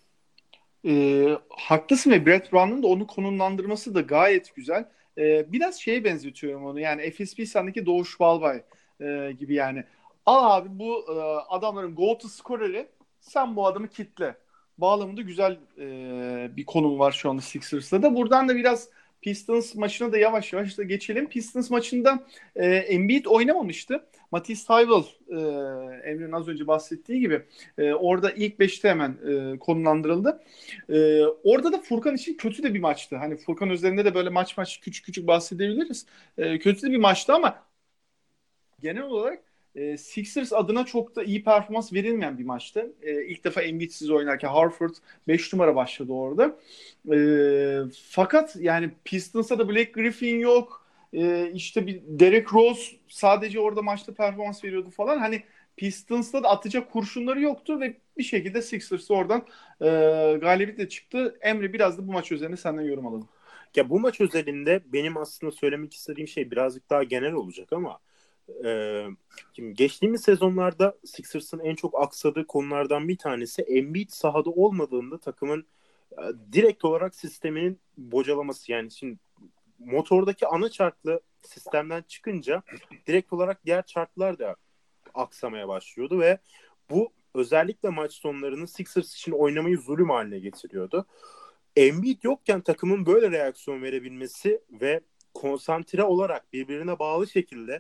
E, haklısın ve Brett Brown'un da onu konumlandırması da gayet güzel. E, biraz şeye benzetiyorum onu yani F S B sendeki Doğuş Balbay e, gibi yani. Al abi bu e, adamların go-to scorer'i sen bu adamı kitle. Bağlamında güzel e, bir konum var şu anda Sixers'ta da. Buradan da biraz Pistons maçına da yavaş yavaş da geçelim. Pistons maçında e, Embiid oynamamıştı. Matisse Thybulle e, Emre'nin az önce bahsettiği gibi e, orada ilk beşte hemen e, konumlandırıldı. E, orada da Furkan için kötü de bir maçtı. Hani Furkan üzerinde de böyle maç maç küçük küçük bahsedebiliriz. E, kötü de bir maçtı ama genel olarak e, Sixers adına çok da iyi performans verilmeyen bir maçtı. E, ilk defa Embiid'siz oynarken Horford beş numara başladı orada. E, fakat yani Pistons'a da Blake Griffin yok. E, işte bir Derrick Rose sadece orada maçta performans veriyordu falan. Hani Pistons'ta da atacak kurşunları yoktu ve bir şekilde Sixers oradan e, galibiyetle çıktı. Emre, biraz da bu maç üzerine senden yorum alalım. Ya bu maç özelinde benim aslında söylemek istediğim şey birazcık daha genel olacak ama e, şimdi geçtiğimiz sezonlarda Sixers'ın en çok aksadığı konulardan bir tanesi Embiid sahada olmadığında takımın e, direkt olarak sisteminin bocalaması. Yani şimdi motordaki ana çarklı sistemden çıkınca direkt olarak diğer çarklar da aksamaya başlıyordu ve bu özellikle maç sonlarını Sixers için oynamayı zulüm haline getiriyordu. Embiid yokken takımın böyle reaksiyon verebilmesi ve konsantre olarak birbirine bağlı şekilde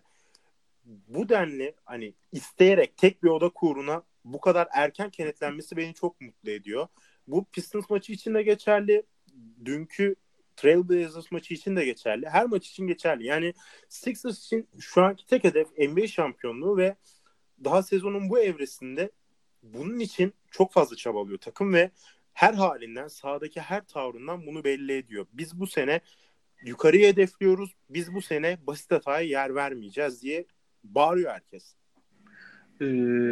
bu denli hani isteyerek tek bir oda uğruna bu kadar erken kenetlenmesi beni çok mutlu ediyor. Bu Pistons maçı için de geçerli. Dünkü Trailblazers maçı için de geçerli. Her maç için geçerli. Yani Sixers için şu anki tek hedef N B A şampiyonluğu ve daha sezonun bu evresinde bunun için çok fazla çabalıyor takım ve her halinden, sahadaki her tavrından bunu belli ediyor. Biz bu sene yukarıya hedefliyoruz. Biz bu sene basit hataya yer vermeyeceğiz diye bağırıyor herkes. Ee,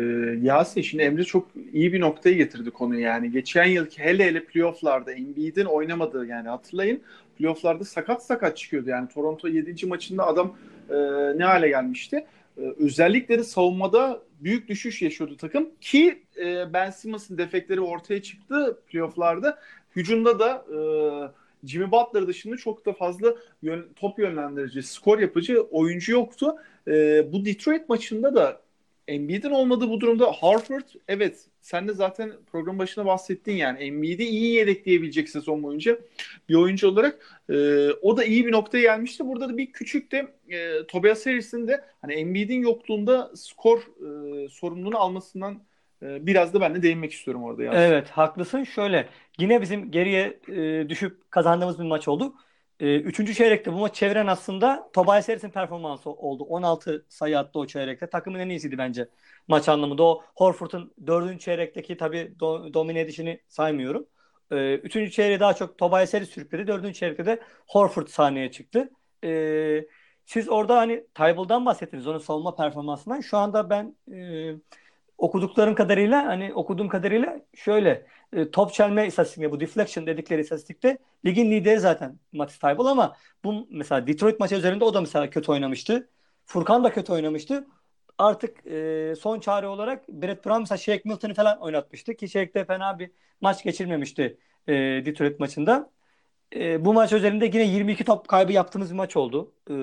Yasin, şimdi Emre çok iyi bir noktaya getirdi konuyu yani. Geçen yılki hele hele playoff'larda Embiid'in oynamadığı, yani hatırlayın, playoff'larda sakat sakat çıkıyordu. Yani Toronto yedinci maçında adam e, ne hale gelmişti. E, özellikle de savunmada büyük düşüş yaşıyordu takım ki e, Ben Simmons'ın defekleri ortaya çıktı playoff'larda. Hücumda da e, Jimmy Butler dışında çok da fazla yön, top yönlendirici, skor yapıcı oyuncu yoktu. E, bu Detroit maçında da Embiid'in olmadığı bu durumda Horford, evet, sen de zaten program başına bahsettin, yani Embiid'i iyi yedekleyebilecek sezon boyunca bir oyuncu olarak e, o da iyi bir noktaya gelmişti. Burada da bir küçük de e, Tobias Harris'in de hani Embiid'in yokluğunda skor e, sorumluluğunu almasından e, biraz da ben de değinmek istiyorum orada Yasin. Evet, haklısın. Şöyle, yine bizim geriye e, düşüp kazandığımız bir maç oldu. E, üçüncü çeyrekte bu maç çeviren aslında Tobias Harris'in performansı oldu. on altı sayı attı o çeyrekte. Takımın en iyisiydi bence maç anlamında. O Horford'un dördüncü çeyrekteki tabii do, domine edişini saymıyorum. E, üçüncü çeyreği daha çok Tobias Harris sürükledi. Dördüncü çeyrekte de Horford sahneye çıktı. E, siz orada hani Tybal'dan bahsettiniz, onun savunma performansından. Şu anda ben e, okuduklarım kadarıyla, hani okuduğum kadarıyla şöyle, e, top çelme istatistikinde, bu deflection dedikleri istatistikte ligin lideri zaten Matisse Thybulle, ama bu mesela Detroit maçı üzerinde o da mesela kötü oynamıştı. Furkan da kötü oynamıştı. Artık e, son çare olarak Brett Brown mesela Shake Milton'ı falan oynatmıştı ki Shake de fena bir maç geçirmemişti e, Detroit maçında. E, bu maç özelinde yine yirmi iki top kaybı yaptığımız bir maç oldu. E,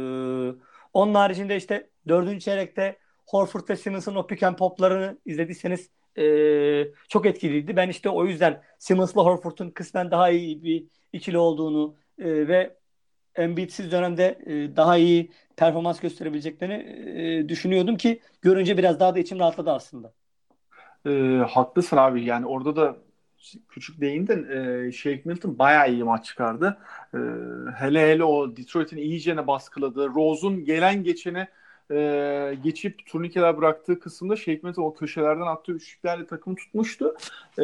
onun haricinde işte dördüncü çeyrekte Horford ve Simmons'ın o pick and pop'larını izlediyseniz e, çok etkiliydi. Ben işte o yüzden Simmons'la Horford'un kısmen daha iyi bir ikili olduğunu e, ve Embiid'siz dönemde e, daha iyi performans gösterebileceklerini e, düşünüyordum ki görünce biraz daha da içim rahatladı aslında. E, haklısın abi, yani orada da küçük değindin. E, Shake Milton bayağı iyi maç çıkardı. E, hele hele o Detroit'in iyicene baskıladığı, Rose'un gelen geçene e, geçip turnikeler bıraktığı kısımda Shake Milton o köşelerden attığı üçlüklerle takımı tutmuştu. E,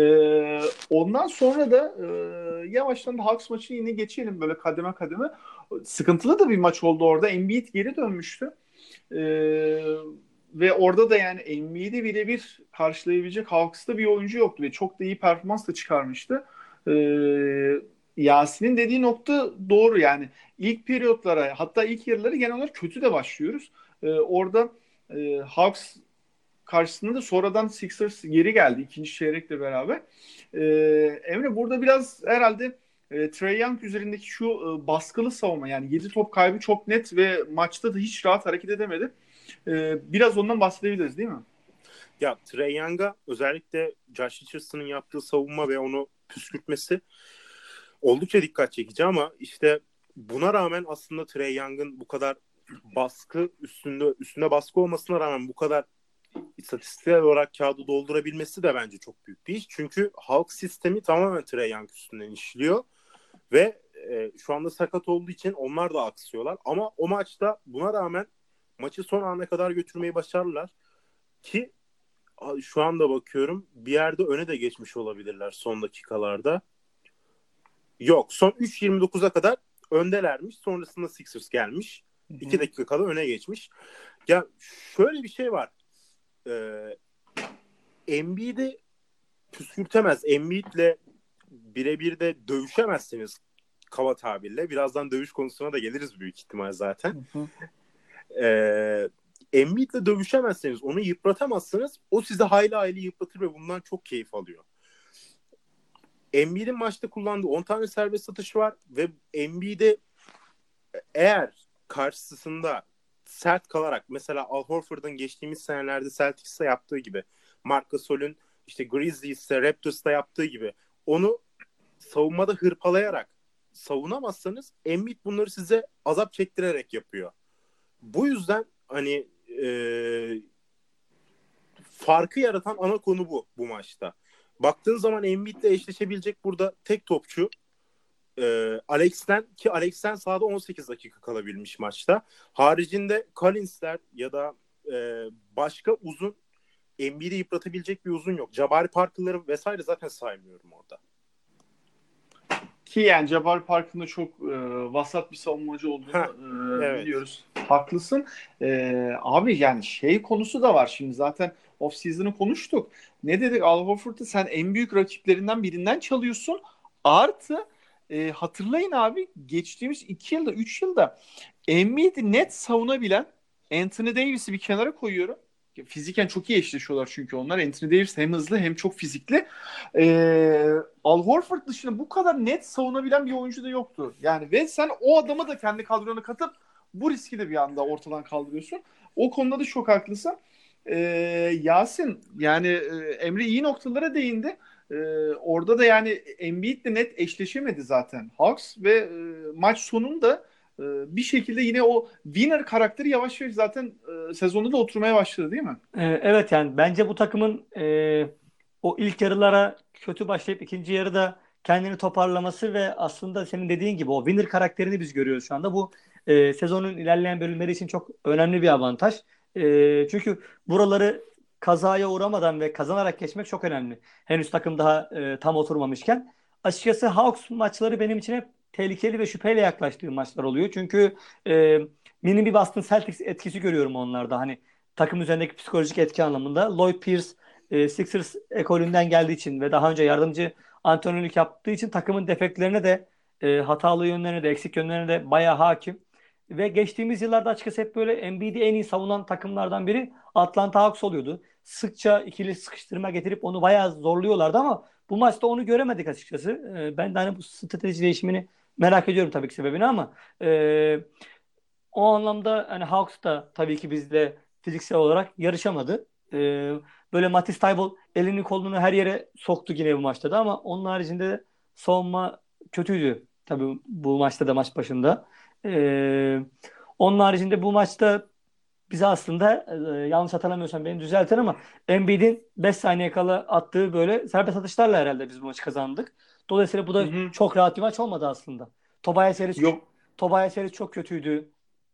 ondan sonra da e, yavaştan da Hawks maçını yine geçelim böyle kademe kademe. Sıkıntılı da bir maç oldu orada. Embiid geri dönmüştü. Ee, ve orada da yani N B A'de birebir karşılayabilecek Hawks'ta bir oyuncu yoktu ve çok da iyi performans da çıkarmıştı. Ee, Yasin'in dediği nokta doğru, yani ilk periyotlara, hatta ilk yarıları genel olarak kötü de başlıyoruz. Ee, orada e, Hawks karşısında da sonradan Sixers geri geldi ikinci çeyrekle beraber. Ee, Emre, burada biraz herhalde e, Trae Young üzerindeki şu e, baskılı savunma, yani yedi top kaybı çok net ve maçta da hiç rahat hareket edemedi. Ee, biraz ondan bahsedebiliriz değil mi? Ya Trae Young'a özellikle Josh Richardson'ın yaptığı savunma ve onu püskürtmesi oldukça dikkat çekici ama işte buna rağmen aslında Trae Young'ın bu kadar baskı üstünde üstünde baskı olmasına rağmen bu kadar istatistiksel olarak kağıdı doldurabilmesi de bence çok büyük bir iş. Çünkü Hawks sistemi tamamen Trae Young üstünden işliyor ve e, şu anda sakat olduğu için onlar da aksıyorlar. Ama o maçta buna rağmen maçı son ana kadar götürmeyi başardılar. ki şu anda bakıyorum bir yerde öne de geçmiş olabilirler son dakikalarda. Yok, son üç yirmi dokuza kadar öndelermiş. Sonrasında Sixers gelmiş. iki dakika kala öne geçmiş. Ya şöyle bir şey var. Ee, Embiid'i püskürtemez. Embiid'le birebir de dövüşemezsiniz kaba tabirle. Birazdan dövüş konusuna da geliriz büyük ihtimal zaten. Hı hı. Ee, Embiid'le dövüşemezseniz, onu yıpratamazsınız. O sizi hayli hayli yıpratır ve bundan çok keyif alıyor. Embiid'in maçta kullandığı on tane serbest atışı var ve Embiid'e eğer karşısında sert kalarak, mesela Al Horford'un geçtiğimiz senelerde Celtics'te yaptığı gibi, Marc Gasol'ün işte Grizzlies'te, Raptors'ta yaptığı gibi onu savunmada hırpalayarak savunamazsanız Embiid bunları size azap çektirerek yapıyor. Bu yüzden hani e, farkı yaratan ana konu bu bu maçta. Baktığın zaman Embiid'le eşleşebilecek burada tek topçu e, Alex'ten, ki Alex'ten sahada on sekiz dakika kalabilmiş maçta. Haricinde Collins'ler ya da e, başka uzun, Embiid'i yıpratabilecek bir uzun yok. Jabari Parker'ları vesaire zaten saymıyorum orada. Ki yani Jabari Parker'ın da çok e, vasat bir savunmacı olduğunu Heh, e, evet. biliyoruz. Haklısın. E, abi yani şey konusu da var şimdi zaten off-season'ı konuştuk. Ne dedik? Al Horford'u sen en büyük rakiplerinden birinden çalıyorsun. Artı e, hatırlayın abi, geçtiğimiz iki yılda, üç yılda Embiid'i net savunabilen Anthony Davis'i bir kenara koyuyorum. Fiziken çok iyi eşleşiyorlar çünkü onlar. Anthony Davis hem hızlı hem çok fizikli. Ee, Al Horford dışında bu kadar net savunabilen bir oyuncu da yoktu. Yani ve sen o adamı da kendi kadrona katıp bu riski de bir anda ortadan kaldırıyorsun. O konuda da çok haklısın. Ee, Yasin, yani e, Emre iyi noktalara değindi. Ee, orada da yani Embiid'le net eşleşemedi zaten Hawks ve e, maç sonunda e, bir şekilde yine o winner karakteri yavaş yavaş zaten e, sezonda da oturmaya başladı değil mi? Ee, evet, yani bence bu takımın e, o ilk yarılara kötü başlayıp ikinci yarıda kendini toparlaması ve aslında senin dediğin gibi o winner karakterini biz görüyoruz şu anda. Bu e, sezonun ilerleyen bölümleri için çok önemli bir avantaj. E, çünkü buraları kazaya uğramadan ve kazanarak geçmek çok önemli. Henüz takım daha e, tam oturmamışken. Açıkçası Hawks maçları benim için hep tehlikeli ve şüpheyle yaklaştığım maçlar oluyor. Çünkü e, mini bir Boston Celtics etkisi görüyorum onlarda. Hani takım üzerindeki psikolojik etki anlamında. Lloyd Pierce e, Sixers ekolünden geldiği için ve daha önce yardımcı antrenörlük yaptığı için takımın defektlerine de e, hatalı yönlerine de eksik yönlerine de bayağı hakim. Ve geçtiğimiz yıllarda açıkçası hep böyle Embiid'i en iyi savunan takımlardan biri Atlanta Hawks oluyordu. Sıkça ikili sıkıştırma getirip onu bayağı zorluyorlardı ama bu maçta onu göremedik açıkçası. E, ben de hani bu strateji değişimini merak ediyorum tabii ki sebebini ama e, o anlamda hani Hawks da tabii ki bizle fiziksel olarak yarışamadı. Ee, böyle Matisse Thybulle elini kolunu her yere soktu yine bu maçta da ama onun haricinde savunma kötüydü. Tabii bu maçta da maç başında. Ee, onun haricinde bu maçta bize aslında e, yanlış hatırlamıyorsam beni düzeltin ama Embiid'in beş saniye kala attığı böyle serbest atışlarla herhalde biz bu maçı kazandık. Dolayısıyla bu Hı da hı. çok rahat bir maç olmadı aslında. Tobias Harris, Yok. Tobias Harris çok kötüydü.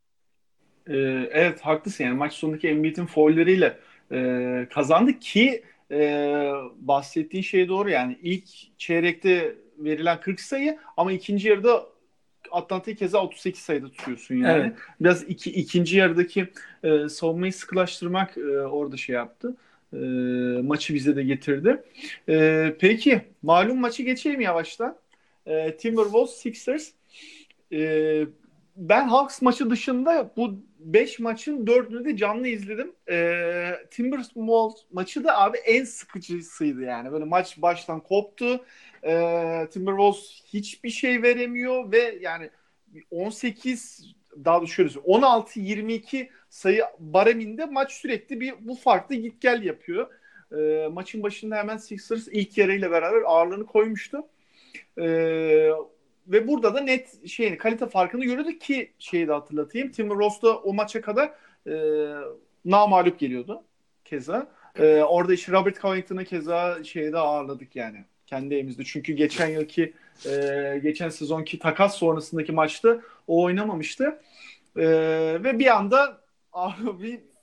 Ee, evet haklısın, yani maç sonundaki Embiid'in faulleriyle e, kazandık ki e, bahsettiğin şey doğru, yani ilk çeyrekte verilen kırk sayı ama ikinci yarıda Atlanta'yı keza otuz sekiz sayıda tutuyorsun yani. Evet. Biraz iki, ikinci yarıdaki e, savunmayı sıkılaştırmak e, orada şey yaptı. E, maçı bize de getirdi. E, peki malum maçı geçelim yavaştan. E, Timberwolves Sixers. E, Ben Hawks maçı dışında bu beş maçın dördünü de canlı izledim. E, Timberwolves maçı da abi en sıkıcısıydı yani. Böyle maç baştan koptu. E, Timberwolves hiçbir şey veremiyor ve yani on sekiz, daha doğrusu şöyle söyleyeyim, on altı yirmi iki sayı bareminde maç sürekli bir bu farklı git gel yapıyor. E, maçın başında hemen Sixers ilk yarıyla beraber ağırlığını koymuştu. E, Ve burada da net şeyini, kalite farkını görüyorduk ki şeyi de hatırlatayım. Timberwolves da o maça kadar e, namağlup geliyordu keza. E, orada işte Robert Covington'ı keza şeyde ağırladık yani. Kendi evimizde. Çünkü geçen yılki e, geçen sezonki takas sonrasındaki maçta o oynamamıştı. E, Ve bir anda abi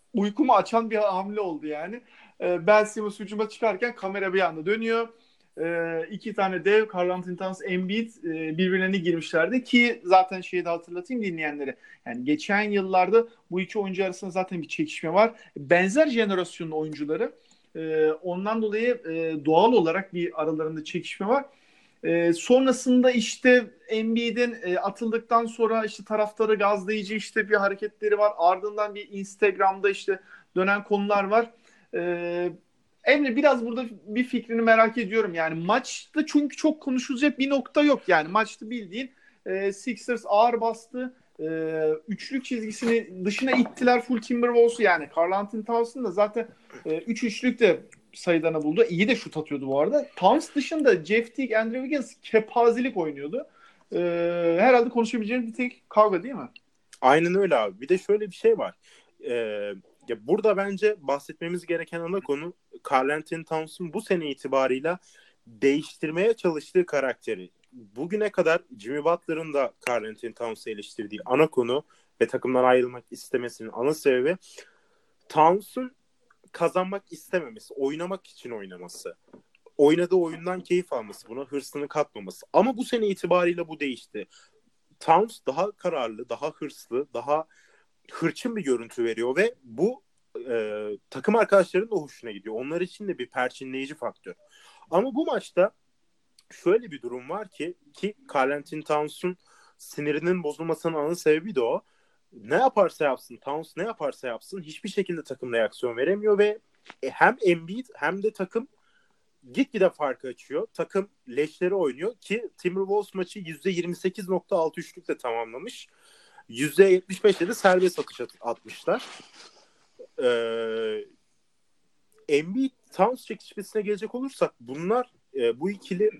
uykumu açan bir hamle oldu yani. E, Ben Simmons hücuma çıkarken kamera bir anda dönüyor. E, iki tane dev Karl-Anthony Towns, Embiid e, birbirlerine girmişlerdi ki zaten şeyi de hatırlatayım dinleyenlere. Yani geçen yıllarda bu iki oyuncu arasında zaten bir çekişme var. Benzer jenerasyonun oyuncuları. E, ondan dolayı e, doğal olarak bir aralarında çekişme var. E, sonrasında işte Embiid'in e, atıldıktan sonra işte taraftarı gazlayıcı işte bir hareketleri var. Ardından bir Instagram'da işte dönen konular var. E, Emre biraz burada bir fikrini merak ediyorum. Yani maçta çünkü çok konuşulacak bir nokta yok. Yani maçta bildiğin e, Sixers ağır bastı. E, üçlük çizgisini dışına ittiler full Timberwolves'u yani. Karl-Anthony Towns'ın da zaten e, üç üçlük de sayılarını buldu. İyi de şut atıyordu bu arada. Towns dışında Jeff Teague, Andrew Wiggins kepazelik oynuyordu. E, herhalde konuşabileceğimiz bir tek kavga değil mi? Aynen öyle abi. Bir de şöyle bir şey var. Ee, ya burada bence bahsetmemiz gereken ana konu Karl-Anthony Towns'un bu sene itibarıyla değiştirmeye çalıştığı karakteri. Bugüne kadar Jimmy Butler'ın da Karl-Anthony Towns'u eleştirdiği ana konu ve takımdan ayrılmak istemesinin ana sebebi Towns'un kazanmak istememesi, oynamak için oynaması. Oynadığı oyundan keyif alması, buna hırsını katmaması. Ama bu sene itibariyle bu değişti. Towns daha kararlı, daha hırslı, daha hırçın bir görüntü veriyor ve bu e, takım arkadaşlarının da hoşuna gidiyor. Onlar için de bir perçinleyici faktör. Ama bu maçta şöyle bir durum var ki ki Karl-Anthony Towns'un sinirinin bozulmasının ana sebebi de o. Ne yaparsa yapsın, Towns ne yaparsa yapsın hiçbir şekilde takım reaksiyon veremiyor ve hem Embiid hem de takım gitgide farkı açıyor. Takım leşleri oynuyor ki Timberwolves maçı yüzde yirmi sekiz nokta altı üçlükle tamamlamış. yüzde yetmiş beşte de serbest atış at- atmışlar. Ee, Embiid Towns çekişmesine gelecek olursak bunlar e, bu ikili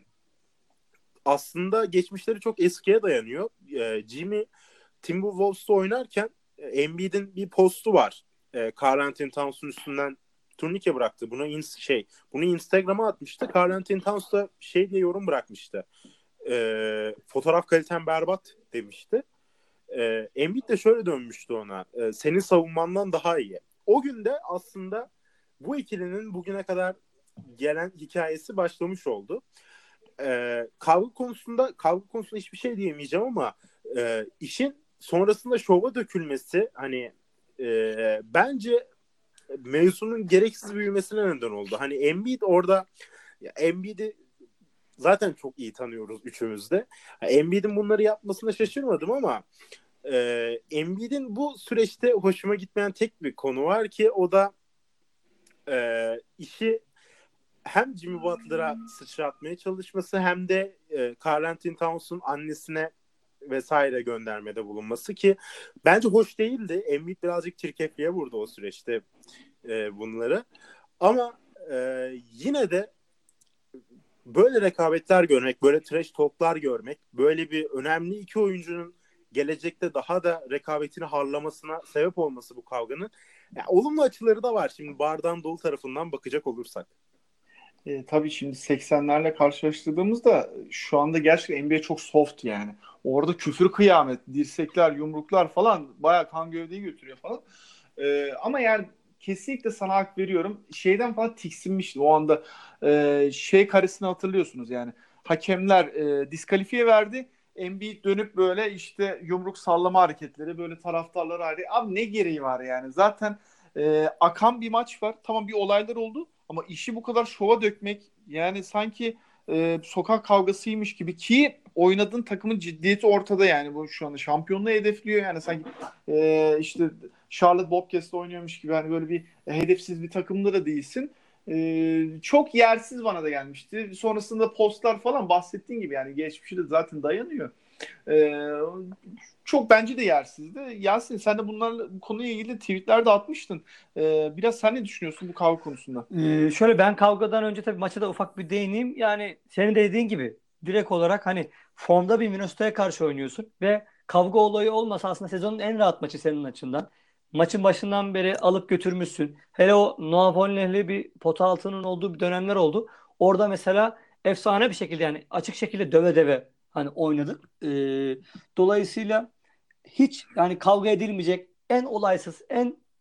aslında geçmişleri çok eskiye dayanıyor. E, Jimmy Timberwolves'ta oynarken e, Embiid'in bir postu var. E, Karl-Anthony Towns'un üstünden turnike bıraktı. Bunu in- şey, bunu Instagram'a atmıştı. Karl-Anthony Towns da şey diye yorum bırakmıştı. E, fotoğraf kaliten berbat demişti. E, Embiid de şöyle dönmüştü ona. E, senin savunmandan daha iyi. O gün de aslında bu ikilinin bugüne kadar gelen hikayesi başlamış oldu. E, kavga konusunda kavga konusunda hiçbir şey diyemeyeceğim ama e, işin sonrasında şova dökülmesi hani e, bence mevzunun gereksiz büyümesine neden oldu. Hani Embiid orada ya Embiid'i zaten çok iyi tanıyoruz üçümüz de. Yani Embiid'in bunları yapmasına şaşırmadım ama e, Embiid'in bu süreçte hoşuma gitmeyen tek bir konu var ki o da e, işi hem Jimmy Butler'a sıçratmaya çalışması hem de e, Karl-Anthony Towns'un annesine vesaire göndermede bulunması ki bence hoş değildi. Embiid birazcık çirkefliğe vurdu o süreçte e, bunları. Ama e, yine de böyle rekabetler görmek, böyle trash talk'lar görmek, böyle bir önemli iki oyuncunun gelecekte daha da rekabetini harlamasına sebep olması bu kavganın. Yani olumlu açıları da var. Şimdi bardağın dolu tarafından bakacak olursak. E, tabii şimdi seksenlerle karşılaştırdığımızda şu anda gerçekten N B A çok soft yani. Orada küfür kıyamet, dirsekler, yumruklar falan bayağı kan gövdeyi götürüyor falan. E, ama yani kesinlikle sana hak veriyorum. Şeyden falan tiksinmişti o anda. E, şey karesini hatırlıyorsunuz yani. Hakemler e, diskalifiye verdi. Embiid dönüp böyle işte yumruk sallama hareketleri böyle taraftarlara ayrı. Abi ne gereği var yani? Zaten e, akan bir maç var. Tamam bir olaylar oldu. Ama işi bu kadar şova dökmek yani sanki e, sokak kavgasıymış gibi ki oynadığın takımın ciddiyeti ortada yani bu şu anda şampiyonluğu hedefliyor yani sanki e, işte Charlotte Bobcats'te oynuyormuş gibi hani böyle bir hedefsiz bir takımda da değilsin. E, çok yersiz bana da gelmişti. Sonrasında postlar falan bahsettiğin gibi yani geçmişi de zaten dayanıyor. Ee, Çok bence de yersizdi. Yasin sen de bunlarla bu konuya ilgili tweetler de atmıştın. Ee, biraz sen ne düşünüyorsun bu kavga konusunda? Ee, şöyle ben kavgadan önce tabii maça da ufak bir değineyim. Yani senin de dediğin gibi direkt olarak hani formda bir Minnesota'ya karşı oynuyorsun ve kavga olayı olmasa aslında sezonun en rahat maçı senin açından. Maçın başından beri alıp götürmüşsün. Hele o Noah Vonleh'li bir pota altının olduğu bir dönemler oldu. Orada mesela efsane bir şekilde yani açık şekilde döve döve hani oynadık. Ee, dolayısıyla hiç yani kavga edilmeyecek en olaysız en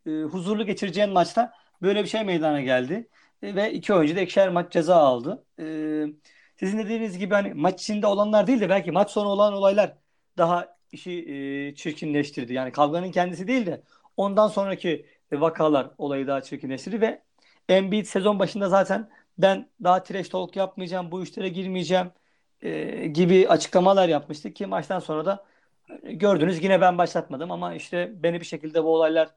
e, huzurlu geçireceğin maçta böyle bir şey meydana geldi. E, ve iki oyuncu da ikişer maç ceza aldı. E, sizin dediğiniz gibi hani maç içinde olanlar değil de belki maç sonu olan olaylar daha işi e, çirkinleştirdi. Yani kavganın kendisi değil de ondan sonraki vakalar olayı daha çirkinleştirdi ve Embiid sezon başında zaten ben daha trash talk yapmayacağım, bu işlere girmeyeceğim e, gibi açıklamalar yapmıştı ki maçtan sonra da e, gördünüz yine ben başlatmadım ama işte beni bir şekilde bu olaylar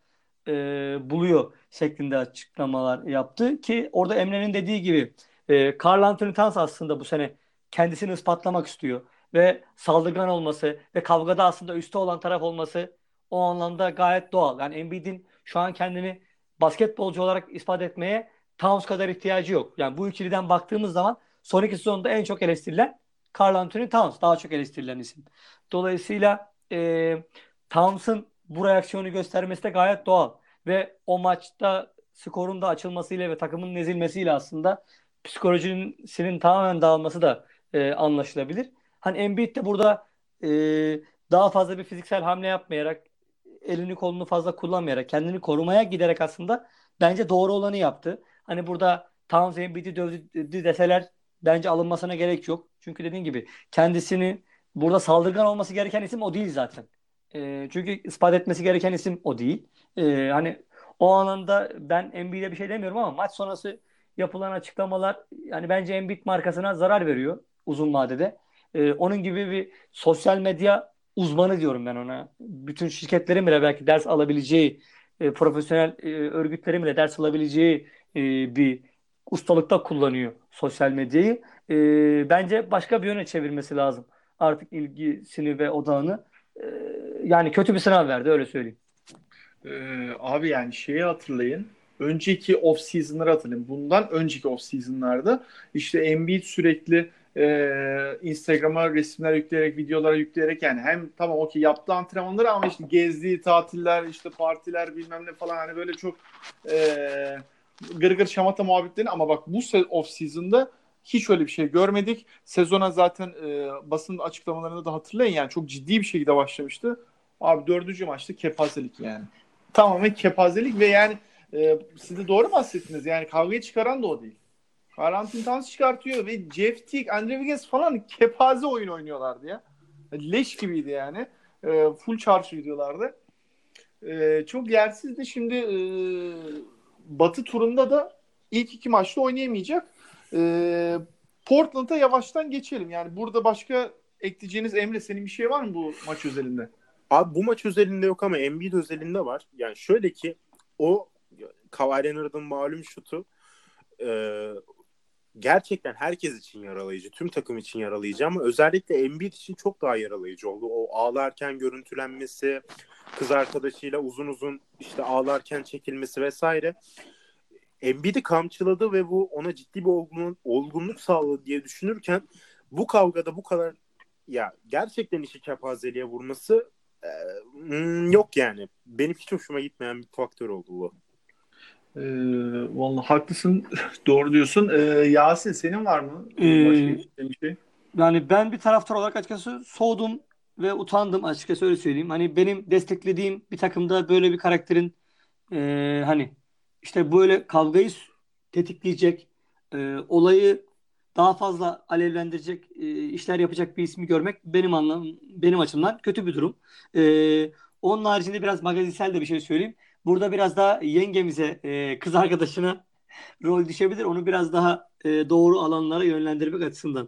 e, buluyor şeklinde açıklamalar yaptı ki orada Emre'nin dediği gibi e, Karl Anthony Towns aslında bu sene kendisini ispatlamak istiyor ve saldırgan olması ve kavgada aslında üstte olan taraf olması o anlamda gayet doğal. Yani Embiid'in şu an kendini basketbolcu olarak ispat etmeye Towns kadar ihtiyacı yok. Yani bu ikiliden baktığımız zaman son iki sezonda en çok eleştirilen Karl Anthony Towns. Daha çok eleştirilen isim. Dolayısıyla e, Towns'ın bu reaksiyonu göstermesi de gayet doğal. Ve o maçta skorun da açılmasıyla ve takımın ezilmesiyle aslında psikolojisinin tamamen dağılması da e, anlaşılabilir. Hani Embiid de burada e, daha fazla bir fiziksel hamle yapmayarak elini kolunu fazla kullanmayarak kendini korumaya giderek aslında bence doğru olanı yaptı. Hani burada Towns Embiid'i dövdü deseler bence alınmasına gerek yok. Çünkü dediğin gibi kendisini burada saldırgan olması gereken isim o değil zaten. E, çünkü ispat etmesi gereken isim o değil. E, hani o anlamda ben Embiid'e bir şey demiyorum ama maç sonrası yapılan açıklamalar yani bence Embiid markasına zarar veriyor uzun vadede. E, onun gibi bir sosyal medya uzmanı diyorum ben ona. Bütün şirketlerin bile belki ders alabileceği, e, profesyonel e, örgütlerin bile ders alabileceği e, bir ustalıkta kullanıyor sosyal medyayı. E, bence başka bir yöne çevirmesi lazım. Artık ilgisini ve odağını. E, yani kötü bir sınav verdi öyle söyleyeyim. Ee, abi yani şeyi hatırlayın. Önceki off season'ları hatırlayın. Bundan önceki off season'larda işte Embiid sürekli e, Instagram'a resimler yükleyerek, videolara yükleyerek yani hem tamam okey yaptığı antrenmanları ama işte gezdiği tatiller, işte partiler bilmem ne falan hani böyle çok e, gır gır şamata muhabbetlerini ama bak bu se- off season'da hiç öyle bir şey görmedik. Sezona zaten e, basın açıklamalarını da hatırlayın yani çok ciddi bir şekilde başlamıştı. Abi dördüncü maçta kepazelik yani. Tamamen kepazelik ve yani e, siz de doğru bahsettiniz. Yani kavgayı çıkaran da o değil. Karantin Towns çıkartıyor ve Jeff Teague, Andrew Wiggins falan kepaze oyun oynuyorlardı ya. Leş gibiydi yani. E, full charge gidiyorlardı. E, çok yersizdi. Şimdi e, Batı turunda da ilk iki maçta oynayamayacak. E, Portland'a yavaştan geçelim. Yani burada başka ekleyeceğiniz Emre senin bir şey var mı bu maç özelinde? Abi bu maç özelinde yok ama Embiid özelinde var. Yani şöyle ki o Kawhi Leonard'ın malum şutu e, gerçekten herkes için yaralayıcı. Tüm takım için yaralayıcı ama özellikle Embiid için çok daha yaralayıcı oldu. O ağlarken görüntülenmesi, kız arkadaşıyla uzun uzun işte ağlarken çekilmesi vesaire. Embiid'i kamçıladı ve bu ona ciddi bir olgunluk, olgunluk sağladı diye düşünürken bu kavgada bu kadar ya gerçekten işi kepazeliğe vurması e, hmm, yok yani. Benim hiç hoşuma gitmeyen bir faktör oldu bu. Ee, vallahi haklısın. Doğru diyorsun. Ee, Yasin senin var mı? Ee, başka Ee, bir şey? yani ben bir taraftar olarak açıkçası soğudum ve utandım açıkçası öyle söyleyeyim. Hani benim desteklediğim bir takımda böyle bir karakterin e, hani işte böyle kavgayı tetikleyecek, e, olayı daha fazla alevlendirecek e, işler yapacak bir ismi görmek benim anlam benim açımdan kötü bir durum. E, onun haricinde biraz magazinsel de bir şey söyleyeyim. Burada biraz daha yengemize, e, kız arkadaşına rol düşebilir. Onu biraz daha e, doğru alanlara yönlendirmek açısından.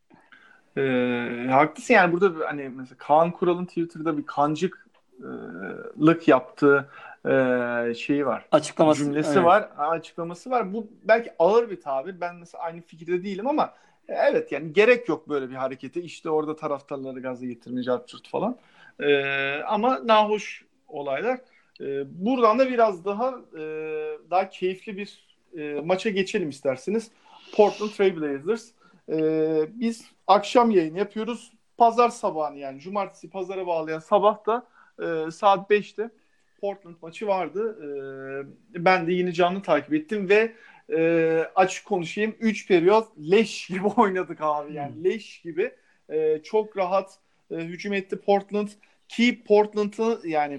Ee, haklısın yani burada hani mesela Kaan Kural'ın Twitter'da bir kancıklık yaptığı e, şeyi var. Açıklaması. Cümlesi Evet. var, açıklaması var. Bu belki ağır bir tabir. Ben mesela aynı fikirde değilim ama e, evet yani gerek yok böyle bir harekete. İşte orada taraftarları gaza getirmeye cart falan. Ee, ama nahoş olaylar. Ee, buradan da biraz daha e, daha keyifli bir e, maça geçelim isterseniz. Portland Trail Blazers. Ee, biz akşam yayın yapıyoruz. Pazar sabahını yani cumartesi pazara bağlayan sabah da e, saat beşte Portland maçı vardı. Ee, ben de yine canlı takip ettim ve e, açık konuşayım üç periyot leş gibi oynadık abi yani Hmm. leş gibi. E, çok rahat e, hücum etti Portland ki Portland'ı yani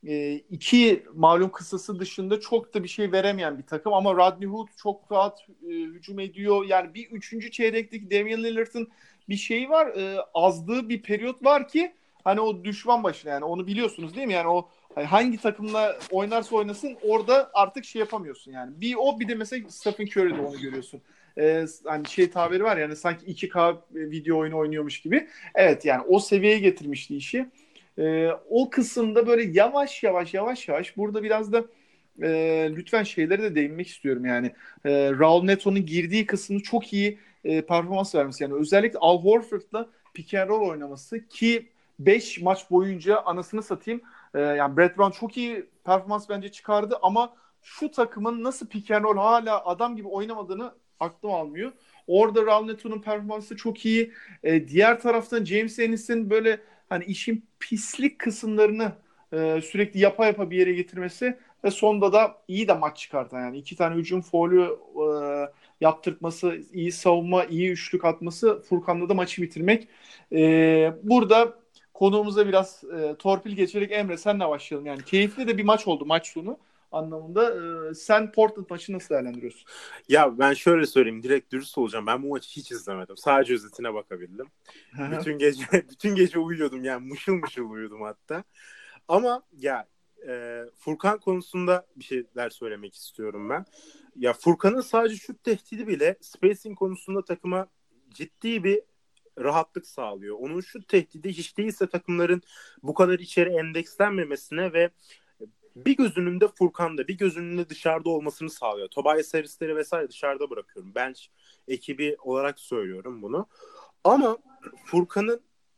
e, iki malum kısası dışında çok da bir şey veremeyen bir takım ama Rodney Hood çok rahat e, hücum ediyor. Yani bir üçüncü çeyrekteki Damian Lillard'ın bir şeyi var. E, azdığı bir periyot var ki hani o düşman başına, yani onu biliyorsunuz değil mi? Yani o hani hangi takımla oynarsa oynasın orada artık şey yapamıyorsun yani. Bir o, bir de mesela Stephen Curry'de onu görüyorsun. E, hani şey tabiri var yani, sanki iki K video oyunu oynuyormuş gibi. Evet, yani o seviyeye getirmişti işi. Ee, o kısımda böyle yavaş yavaş yavaş yavaş burada biraz da e, lütfen şeylere de değinmek istiyorum yani. E, Raul Neto'nun girdiği kısmı çok iyi e, performans vermesi. Yani özellikle Al Horford'la pick and roll oynaması ki beş maç boyunca anasını satayım. E, yani Brett Brown çok iyi performans bence çıkardı ama şu takımın nasıl pick and roll hala adam gibi oynamadığını aklım almıyor. Orada Raul Neto'nun performansı çok iyi. E, diğer taraftan James Ennis'in böyle hani işin pislik kısımlarını e, sürekli yapa yapa bir yere getirmesi ve sonda da iyi de maç çıkartan, yani iki tane hücum faulü e, yaptırtması, iyi savunma, iyi üçlük atması, Furkan'la da maçı bitirmek. E, burada konuğumuza biraz e, torpil geçerek Emre senle başlayalım. Yani keyifli de bir maç oldu maç sonu anlamında. E, sen Portland maçı nasıl değerlendiriyorsun? Ya ben şöyle söyleyeyim, direkt dürüst olacağım. Ben bu maçı hiç izlemedim. Sadece özetine bakabildim. Bütün gece bütün gece uyuyordum, yani mışıl mışıl uyuyordum hatta. Ama ya e, Furkan konusunda bir şeyler söylemek istiyorum ben. Ya Furkan'ın sadece şut tehdidi bile spacing konusunda takıma ciddi bir rahatlık sağlıyor. Onun şut tehdidi hiç değilse takımların bu kadar içeri endekslenmemesine ve bir gözünün de Furkan'da, bir gözünün de dışarıda olmasını sağlıyor. Tobias Harris'leri vesaire dışarıda bırakıyorum. Bench ekibi olarak söylüyorum bunu. Ama Furkan'ın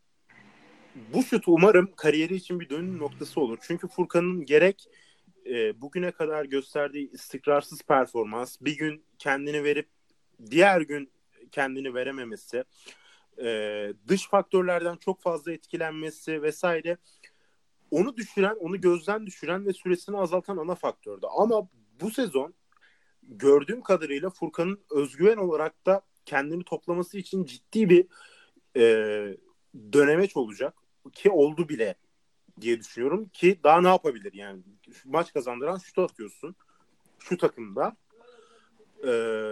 bu şutu umarım kariyeri için bir dönüm noktası olur. Çünkü Furkan'ın gerek e, bugüne kadar gösterdiği istikrarsız performans, bir gün kendini verip diğer gün kendini verememesi, e, dış faktörlerden çok fazla etkilenmesi vesaire onu düşüren, onu gözden düşüren ve süresini azaltan ana faktördü. Ama bu sezon gördüğüm kadarıyla Furkan'ın özgüven olarak da kendini toplaması için ciddi bir e, dönemeç olacak ki oldu bile diye düşünüyorum ki daha ne yapabilir yani, maç kazandıran şutu atıyorsun şu takımda, e,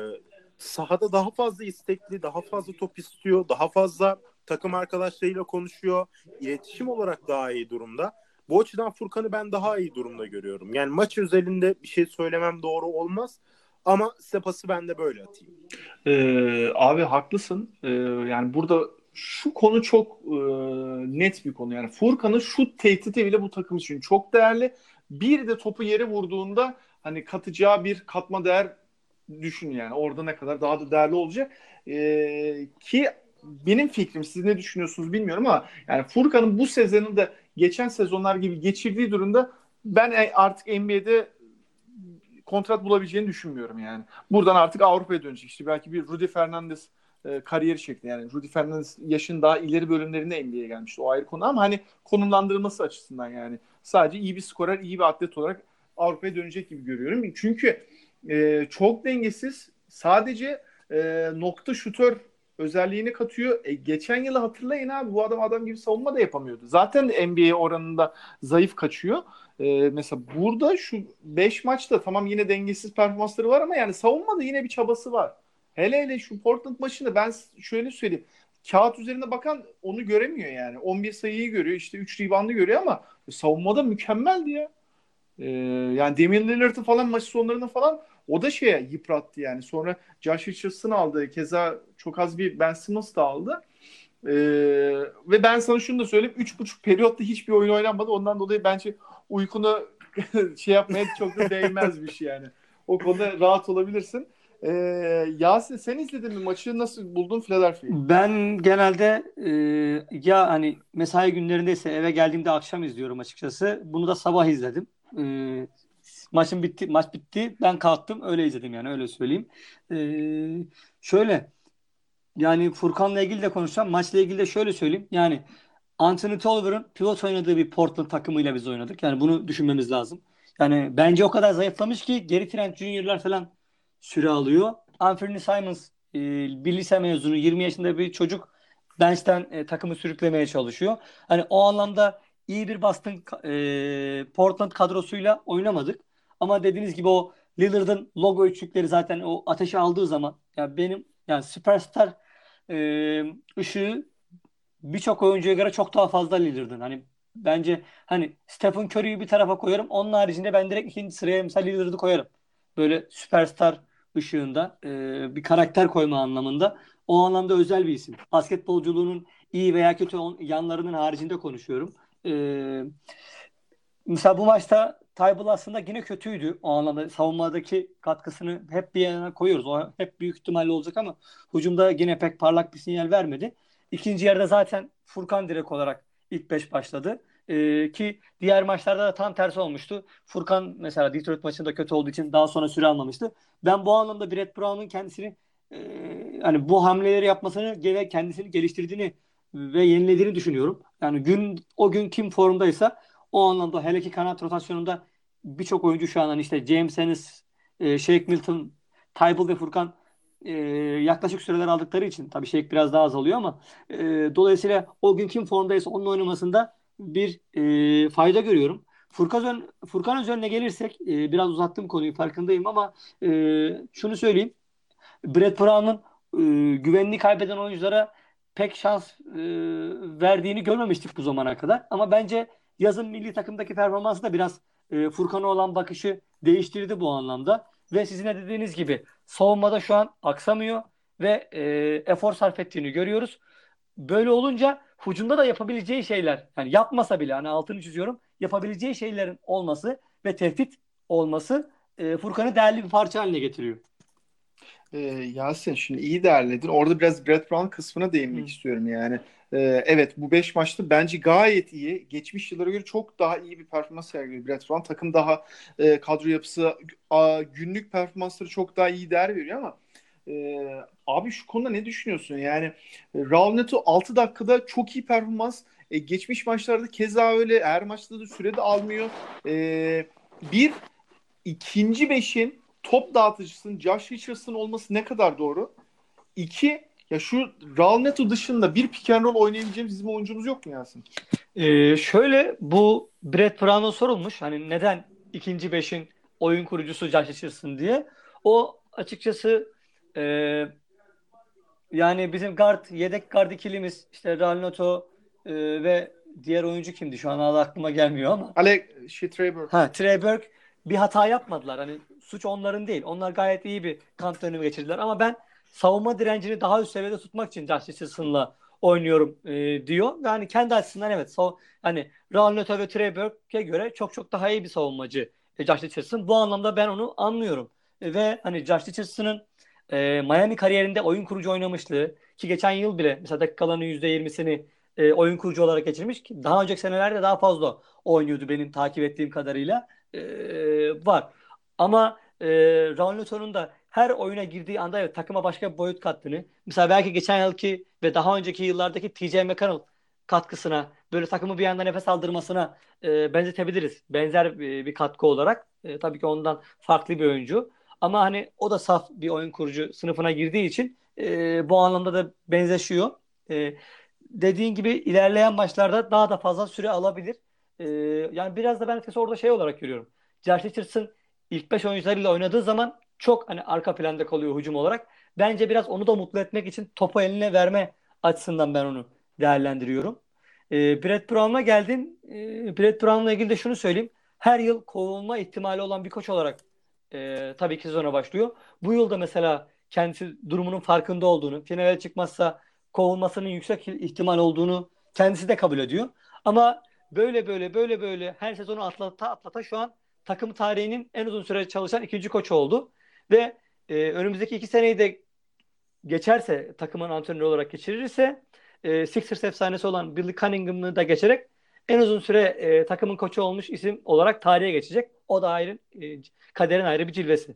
sahada daha fazla istekli, daha fazla top istiyor, daha fazla takım arkadaşlarıyla konuşuyor, iletişim olarak daha iyi durumda. Bu açıdan Furkan'ı ben daha iyi durumda görüyorum. Yani maç özelinde bir şey söylemem doğru olmaz ama size pası ben de böyle atayım. Ee, abi haklısın. Ee, yani burada şu konu çok e, net bir konu. Yani Furkan'ın şut tehdidi bile bu takım için çok değerli. Bir de topu yere vurduğunda hani katacağı bir katma değer düşün yani. Orada ne kadar daha da değerli olacak. Ee, ki benim fikrim, siz ne düşünüyorsunuz bilmiyorum ama yani Furkan'ın bu sezonu da geçen sezonlar gibi geçirdiği durumda ben artık N B A'de kontrat bulabileceğini düşünmüyorum yani. Buradan artık Avrupa'ya dönecek. İşte belki bir Rudy Fernandez e, kariyeri şekli. Yani Rudy Fernandez yaşın daha ileri bölümlerinde N B A'ye gelmişti. O ayrı konu ama hani konumlandırılması açısından yani. Sadece iyi bir skorer, iyi bir atlet olarak Avrupa'ya dönecek gibi görüyorum. Çünkü e, çok dengesiz. Sadece e, nokta şutör özelliğini katıyor. E, geçen yılı hatırlayın abi, bu adam adam gibi savunma da yapamıyordu. Zaten N B A oranında zayıf kaçıyor. Ee, mesela burada şu beş maçta tamam yine dengesiz performansları var ama yani savunmada yine bir çabası var. Hele hele şu Portland maçında ben şöyle söyleyeyim. Kağıt üzerinde bakan onu göremiyor yani. on bir sayıyı görüyor, işte üç reboundı görüyor ama savunmada mükemmeldi ya. Ee, yani Damian Lillard'ı falan maç sonlarında falan o da şeye yıprattı yani. Sonra Josh Richardson'ı aldı. Keza çok az bir Ben Simmons da aldı. Ee, ve ben sana şunu da söyleyeyim. Üç buçuk periyotta hiçbir oyun oynanmadı. Ondan dolayı bence uykunu şey yapmaya çok da değmezmiş yani. O konuda rahat olabilirsin. Ee, Yasin, sen izledin mi maçı? Nasıl buldun Philadelphia'yı? Ben genelde e, ya hani mesai günlerindeyse eve geldiğimde akşam izliyorum açıkçası. Bunu da sabah izledim. E, maçın bitti, maç bitti. Ben kalktım öyle izledim yani öyle söyleyeyim. E, şöyle yani Furkan'la ilgili de konuşacağım. Maçla ilgili de şöyle söyleyeyim. Yani Anthony Tolliver'ın pivot oynadığı bir Portland takımıyla biz oynadık. Yani bunu düşünmemiz lazım. Yani bence o kadar zayıflamış ki Gary Trent Junior'lar falan süre alıyor. Anthony Simons e, bir lise mezunu yirmi yaşında bir çocuk bench'ten e, takımı sürüklemeye çalışıyor. Hani o anlamda iyi bir Boston e, Portland kadrosuyla oynamadık. Ama dediğiniz gibi o Lillard'ın logo üçlükleri zaten o ateşi aldığı zaman ya benim yani süperstar e, ışığı birçok oyuncuya göre çok daha fazla Lillard'ın. Hani bence hani Stephen Curry'yi bir tarafa koyarım. Onun haricinde ben direkt ikinci sıraya mesela Lillard'ı koyarım. Böyle süperstar ışığında e, bir karakter koyma anlamında. O anlamda özel bir isim. Basketbolculuğunun iyi veya kötü on- yanlarının haricinde konuşuyorum. E, Mesela bu maçta Tybal aslında yine kötüydü. O anlamda savunmadaki katkısını hep bir yana koyuyoruz. O hep büyük ihtimalle olacak ama hücumda yine pek parlak bir sinyal vermedi. İkinci yarıda zaten Furkan direkt olarak ilk beş başladı. Ee, ki diğer maçlarda da tam tersi olmuştu. Furkan mesela Detroit maçında kötü olduğu için daha sonra süre almamıştı. Ben bu anlamda Brett Brown'un kendisini e, hani bu hamleleri yapmasını ve kendisini geliştirdiğini ve yenilediğini düşünüyorum. Yani gün o gün kim formdaysa o anlamda hele ki kanat rotasyonunda birçok oyuncu şu an hani işte James Ennis, e, Shake Milton, Tybal ve Furkan e, yaklaşık süreler aldıkları için tabii Shake biraz daha azalıyor ama e, dolayısıyla o gün kim formdaysa onun oynamasında bir e, fayda görüyorum. Furkan, Ön, Furkan Özön'le gelirsek e, biraz uzattım konuyu farkındayım ama e, şunu söyleyeyim. Brett Brown'un e, güvenini kaybeden oyunculara pek şans e, verdiğini görmemiştik bu zamana kadar. Ama bence yazın milli takımdaki performansı da biraz e, Furkan'a olan bakışı değiştirdi bu anlamda. Ve sizin de dediğiniz gibi savunmada şu an aksamıyor ve e, efor sarf ettiğini görüyoruz. Böyle olunca hücumda da yapabileceği şeyler yani yapmasa bile hani altını çiziyorum yapabileceği şeylerin olması ve tehdit olması e, Furkan'ı değerli bir parça haline getiriyor. Ee, Yasin şimdi iyi derledin. Orada biraz Brett Brown kısmına değinmek Hı. istiyorum yani. Ee, evet bu beş maçta bence gayet iyi. Geçmiş yıllara göre çok daha iyi bir performans sergiliyor Brett Brown. Takım daha e, kadro yapısı, a, günlük performansları çok daha iyi değer veriyor ama e, abi şu konuda ne düşünüyorsun? Yani e, Raul Neto altı dakikada çok iyi performans. E, geçmiş maçlarda keza öyle. Her maçta da süre de almıyor. E, bir ikinci beşin top dağıtıcısının Josh Richardson olması ne kadar doğru? İki, ya şu Raul Neto dışında bir pick and roll oynayabileceğimiz bizim oyuncumuz yok mu Yasin? Ee, şöyle bu Brett Brown'a sorulmuş. Hani neden ikinci beşin oyun kurucusu Josh Richardson diye. O açıkçası e, yani bizim guard, yedek guard ikilimiz işte Raul Neto e, ve diğer oyuncu kimdi? Şu an adı aklıma gelmiyor ama. Alec Schittraber. Ha, Trey Burke bir hata yapmadılar. Hani suç onların değil. Onlar gayet iyi bir kamp dönemi geçirdiler. Ama ben savunma direncini daha üst seviyede tutmak için Josh Richardson'la oynuyorum e, diyor. Ve hani kendi açısından evet. So, hani Raul Neto ve Trey Burke'e göre çok çok daha iyi bir savunmacı e, Josh Richardson. Bu anlamda ben onu anlıyorum. E, ve hani Josh Richardson'ın e, Miami kariyerinde oyun kurucu oynamışlığı ki geçen yıl bile mesela dakikalarının yüzde yirmisini e, oyun kurucu olarak geçirmiş ki daha önceki senelerde daha fazla oynuyordu benim takip ettiğim kadarıyla. Ee, var. Ama e, Raul Neto'nun da her oyuna girdiği anda evet, takıma başka bir boyut kattığını mesela belki geçen yılki ve daha önceki yıllardaki T J McConnell katkısına böyle takımı bir anda nefes aldırmasına e, benzetebiliriz. Benzer bir, bir katkı olarak. E, tabii ki ondan farklı bir oyuncu. Ama hani o da saf bir oyun kurucu sınıfına girdiği için e, bu anlamda da benzeşiyor. E, Dediğin gibi ilerleyen maçlarda daha da fazla süre alabilir. Ee, Yani biraz da ben açıkçası orada şey olarak görüyorum. Josh Richardson ilk beş oyuncularıyla oynadığı zaman çok hani arka planda kalıyor hücum olarak. Bence biraz onu da mutlu etmek için topu eline verme açısından ben onu değerlendiriyorum. Ee, Brett Brown'a geldin. Ee, Brett Brown'la ilgili de şunu söyleyeyim. Her yıl kovulma ihtimali olan bir koç olarak e, tabii ki sezona başlıyor. Bu yılda mesela kendisi durumunun farkında olduğunu, finale çıkmazsa kovulmasının yüksek ihtimal olduğunu kendisi de kabul ediyor. Ama böyle böyle böyle böyle her sezonu atlata atlata şu an takım tarihinin en uzun süre çalışan ikinci koçu oldu. Ve e, önümüzdeki iki seneyi de geçerse takımın antrenörü olarak geçirirse e, Sixers efsanesi olan Billy Cunningham'ı da geçerek en uzun süre e, takımın koçu olmuş isim olarak tarihe geçecek. O da ayrı e, kaderin ayrı bir cilvesi.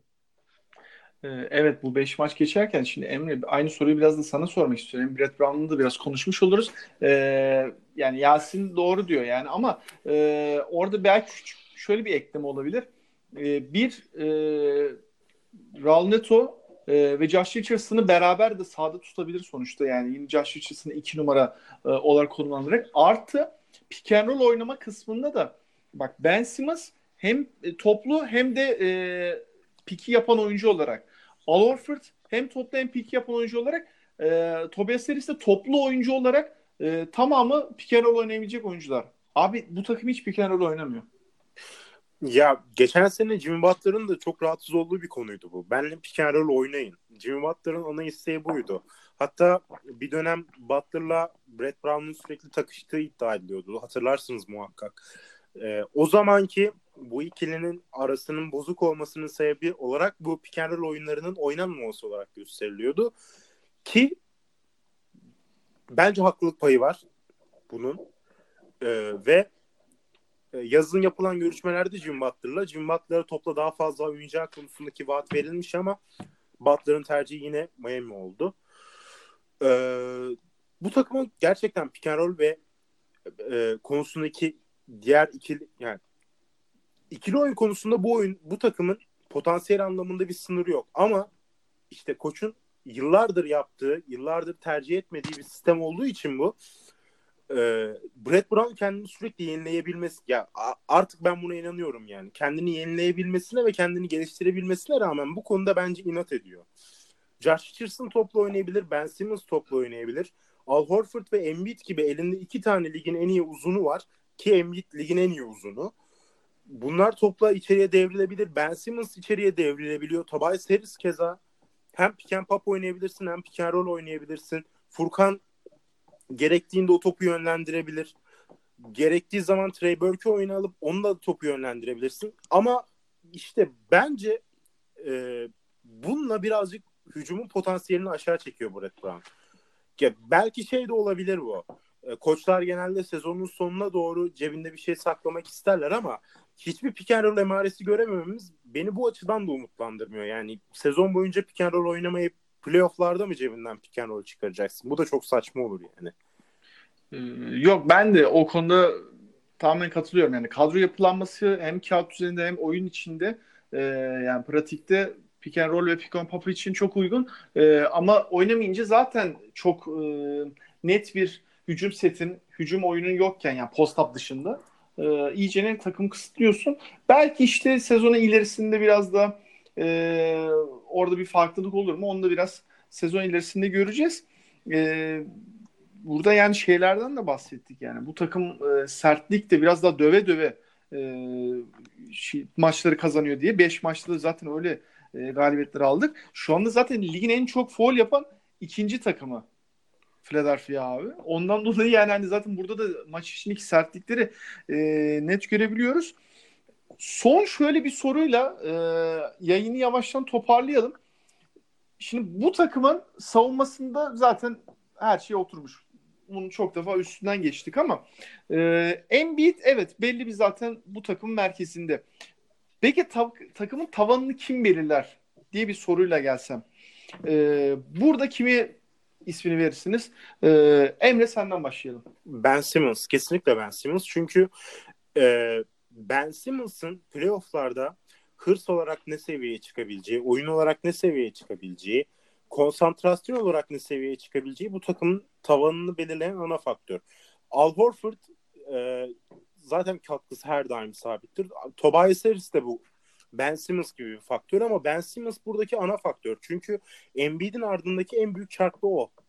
Ee, Evet bu beş maç geçerken şimdi Emre aynı soruyu biraz da sana sormak istiyorum. Hem Brett Brown'la da biraz konuşmuş oluruz. Ee, yani Yasin doğru diyor yani ama e, orada belki küçük şöyle bir ekleme olabilir. Ee, bir e, Raul Neto e, ve Josh Richardson'ı beraber de sahada tutabilir sonuçta yani yine Josh Richardson'ı iki numara e, olarak konumlandırarak artı pick and roll oynama kısmında da bak Ben Simmons hem toplu hem de e, piki yapan oyuncu olarak, Al Horford hem toplu hem piki yapan oyuncu olarak, e, Tobias Harris de toplu oyuncu olarak e, tamamı pick and roll oynayabilecek oyuncular. Abi bu takım hiç pick and roll oynamıyor. Ya geçen sene Jimmy Butler'ın da çok rahatsız olduğu bir konuydu bu. Benle pick and roll oynayın. Jimmy Butler'ın ana isteği buydu. Hatta bir dönem Butler'la Brett Brown'un sürekli takıştığı iddia ediliyordu. Hatırlarsınız muhakkak. Ee, o zamanki bu ikilinin arasının bozuk olmasının sebebi olarak bu pick and roll oyunlarının oynanmaması olarak gösteriliyordu. Ki bence haklılık payı var bunun. Ee, ve yazın yapılan görüşmelerde Jimmy Butler'la Jimmy Butler'a topla daha fazla oynayacağı konusundaki vaat verilmiş ama Butler'ın tercihi yine Miami oldu. Ee, bu takımın gerçekten pick and roll ve e, konusundaki diğer ikili yani ikili oyun konusunda bu oyun bu takımın potansiyel anlamında bir sınırı yok. Ama işte koçun yıllardır yaptığı, yıllardır tercih etmediği bir sistem olduğu için bu e, Brett Brown kendini sürekli yenileyebilmesi ya artık ben buna inanıyorum yani. Kendini yenileyebilmesine ve kendini geliştirebilmesine rağmen bu konuda bence inat ediyor. Josh Richardson toplu oynayabilir, Ben Simmons toplu oynayabilir. Al Horford ve Embiid gibi elinde iki tane ligin en iyi uzunu var ki Embiid ligin en iyi uzunu. Bunlar topla içeriye devrilebilir. Ben Simmons içeriye devrilebiliyor. Tobias Harris keza hem pick and pop oynayabilirsin hem pick and roll oynayabilirsin. Furkan gerektiğinde o topu yönlendirebilir. Gerektiği zaman Trey Burke'ü oyuna alıp onunla topu yönlendirebilirsin. Ama işte bence e, bununla birazcık hücumun potansiyelini aşağı çekiyor Brett Brown. Ya belki şey de olabilir bu. E, koçlar genelde sezonun sonuna doğru cebinde bir şey saklamak isterler ama hiçbir pick and roll emaresi göremememiz beni bu açıdan da umutlandırmıyor. Yani sezon boyunca pick and roll oynamayıp playoff'larda mı cebinden pick and roll çıkaracaksın? Bu da çok saçma olur yani. Ee, yok ben de o konuda tamamen katılıyorum. Yani kadro yapılanması hem kağıt üzerinde hem oyun içinde e, yani pratikte pick and roll ve pick and pop için çok uygun. E, ama oynamayınca zaten çok e, net bir hücum setin, hücum oyunun yokken yani post-up dışında e, iyicene takım kısıtlıyorsun. Belki işte sezonun ilerisinde biraz da e, orada bir farklılık olur mu? Onu da biraz sezon ilerisinde göreceğiz. E, Burada yani şeylerden de bahsettik yani. Bu takım e, sertlik de biraz daha döve döve e, şey, maçları kazanıyor diye. Beş maçta da zaten öyle e, galibiyetleri aldık. Şu anda zaten ligin en çok foul yapan ikinci takımı Philadelphia abi. Ondan dolayı yani hani zaten burada da maç içindeki sertlikleri e, net görebiliyoruz. Son şöyle bir soruyla e, yayını yavaştan toparlayalım. Şimdi bu takımın savunmasında zaten her şey oturmuş. Bunu çok defa üstünden geçtik ama e, Embiid evet belli bir zaten bu takımın merkezinde. Peki ta- takımın tavanını kim belirler diye bir soruyla gelsem. E, burada kimi ismini verirsiniz? E, Emre senden başlayalım. Ben Simmons. Kesinlikle Ben Simmons. Çünkü e, Ben Simmons'ın playoff'larda hırs olarak ne seviyeye çıkabileceği, oyun olarak ne seviyeye çıkabileceği, konsantrasyon olarak ne seviyeye çıkabileceği bu takımın tavanını belirleyen ana faktör. Al Horford e, zaten katkısı her daim sabittir. Tobias Harris de bu Ben Simmons gibi bir faktör ama Ben Simmons buradaki ana faktör. Çünkü Embiid'in ardındaki en büyük çark da o.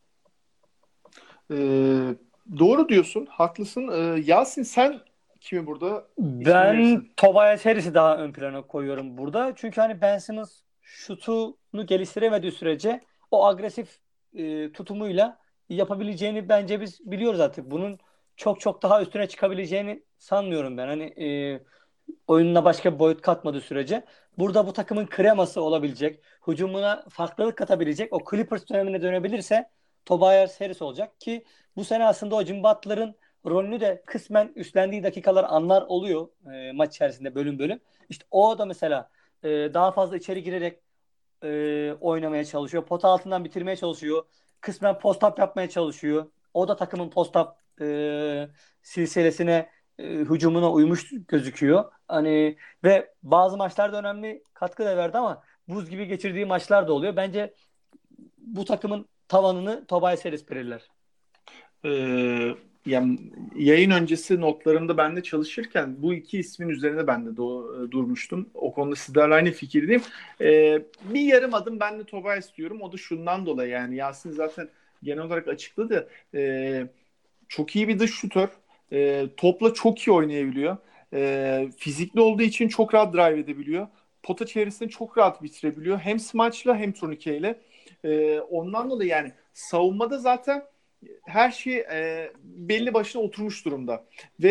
Ee, doğru diyorsun, haklısın. Ee, Yasin sen kimi burada ismini Ben verirsin? Tobias Harris'i daha ön plana koyuyorum burada. Çünkü hani Ben Simmons şutunu geliştiremediği sürece o agresif e, tutumuyla yapabileceğini bence biz biliyoruz artık. Bunun çok çok daha üstüne çıkabileceğini sanmıyorum ben. Hani e, oyununa başka bir boyut katmadığı sürece. Burada bu takımın kreması olabilecek, hücumuna farklılık katabilecek, o Clippers dönemine dönebilirse Tobias Harris olacak ki bu sene aslında o Jimmy Butler'ın rolünü de kısmen üstlendiği dakikalar, anlar oluyor e, maç içerisinde bölüm bölüm. İşte o da mesela e, daha fazla içeri girerek e, oynamaya çalışıyor. Pota altından bitirmeye çalışıyor. Kısmen post-up yapmaya çalışıyor. O da takımın post-up e, silsilesine, e, hücumuna uymuş gözüküyor. Hani ve bazı maçlarda önemli katkı da verdi ama buz gibi geçirdiği maçlar da oluyor. Bence bu takımın tavanını Tobias Harris belirler. Ee, yani yayın öncesi notlarımda ben de çalışırken bu iki ismin üzerine ben de do- durmuştum. O konuda sizlerle aynı fikirdeyim. Ee, bir yarım adım ben de Tobias diyorum. O da şundan dolayı, yani Yasin zaten genel olarak açıkladı. Ee, çok iyi bir dış şutör. Ee, topla çok iyi oynayabiliyor. Ee, fizikli olduğu için çok rahat drive edebiliyor. Pota çevresini çok rahat bitirebiliyor. Hem smaçla hem turnikeyle. Ee, ondan dolayı yani savunmada zaten her şey e, belli başına oturmuş durumda. Ve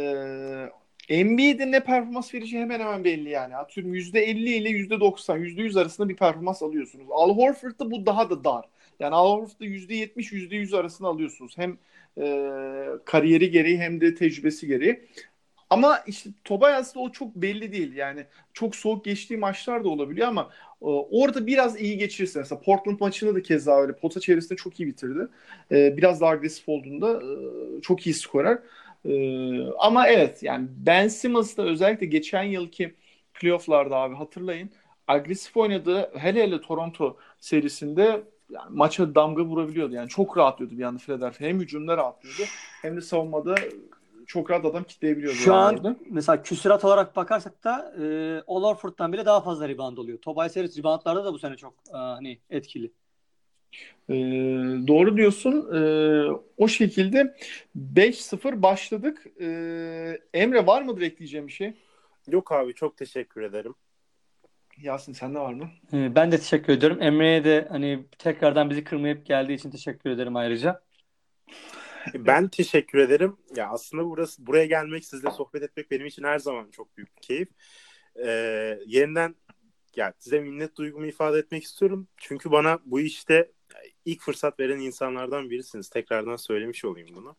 e, N B A'de ne performans vereceği hemen hemen belli yani. Atıyorum yüzde elli ile yüzde doksan, yüzde yüz arasında bir performans alıyorsunuz. Al Horford'da bu daha da dar. Yani Al Horford'da yüzde yetmiş, yüzde yüz arasında alıyorsunuz. Hem e, kariyeri gereği hem de tecrübesi gereği. Ama işte Tobias'ta o çok belli değil. Yani çok soğuk geçtiği maçlar da olabiliyor ama e, orada biraz iyi geçirirse. Mesela Portland maçında da keza öyle. Pota çevresinde çok iyi bitirdi. E, biraz daha agresif olduğunda e, çok iyi skorer. E, ama evet, yani Ben Simmons da özellikle geçen yılki playoff'larda abi hatırlayın. Agresif oynadığı, hele hele Toronto serisinde yani maça damga vurabiliyordu. Yani çok rahatlıyordu bir anda Philadelphia. Hem hücumda rahatlıyordu hem de savunmada çok rahat adam kitleyebiliyordu Şu yani an orada. mesela küsurat olarak bakarsak da e, Al Horford'dan bile daha fazla rebound oluyor. Tobias Harris reboundlarda da bu sene çok e, hani etkili. Ee, doğru diyorsun. Ee, o şekilde beş sıfır başladık. Ee, Emre, var mıdır ekleyeceğim bir şey? Yok abi, çok teşekkür ederim. Yasin, sende var mı? E, ben de teşekkür ediyorum. Emre'ye de hani tekrardan bizi kırmayıp geldiği için teşekkür ederim ayrıca. Ben teşekkür ederim. Ya aslında burası buraya gelmek, sizle sohbet etmek benim için her zaman çok büyük bir keyif. Ee, yeniden ya size minnet duygumu ifade etmek istiyorum. Çünkü bana bu işte ilk fırsat veren insanlardan birisiniz. Tekrardan söylemiş olayım bunu.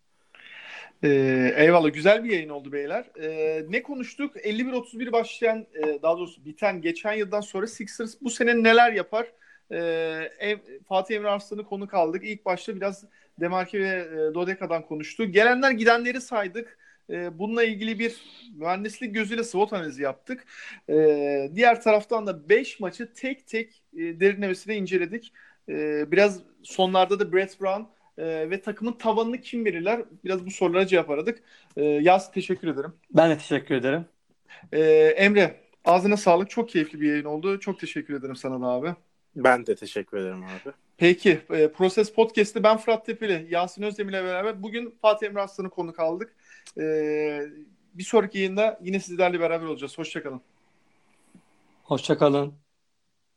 Ee, eyvallah. Güzel bir yayın oldu beyler. Ee, ne konuştuk? elli bir otuz bir başlayan, e, daha doğrusu biten geçen yıldan sonra Sixers bu sene neler yapar? Ee, ev, Fatih Emre Arslan'ı konuk aldık. İlk başta biraz Demarke ve e, Dodeka'dan konuştuk. Gelenler gidenleri saydık. Ee, bununla ilgili bir mühendislik gözüyle SWOT analizi yaptık. Ee, diğer taraftan da beş maçı tek tek e, derinlemesine inceledik. Ee, biraz sonlarda da Brett Brown ee, ve takımın tavanını kim verirler? Biraz bu sorulara cevap aradık. Ee, Yas, teşekkür ederim. Ben de teşekkür ederim. Ee, Emre, ağzına sağlık. Çok keyifli bir yayın oldu. Çok teşekkür ederim sana da abi. Ben de teşekkür ederim abi. Peki, e, Proses Podcast'te ben Fırat Tepeli, Yasin Özdemir'le beraber bugün Fatih Emre Aslan'ı konuk aldık. Ee, bir sonraki yayında yine sizlerle beraber olacağız. Hoşçakalın. Hoşça kalın.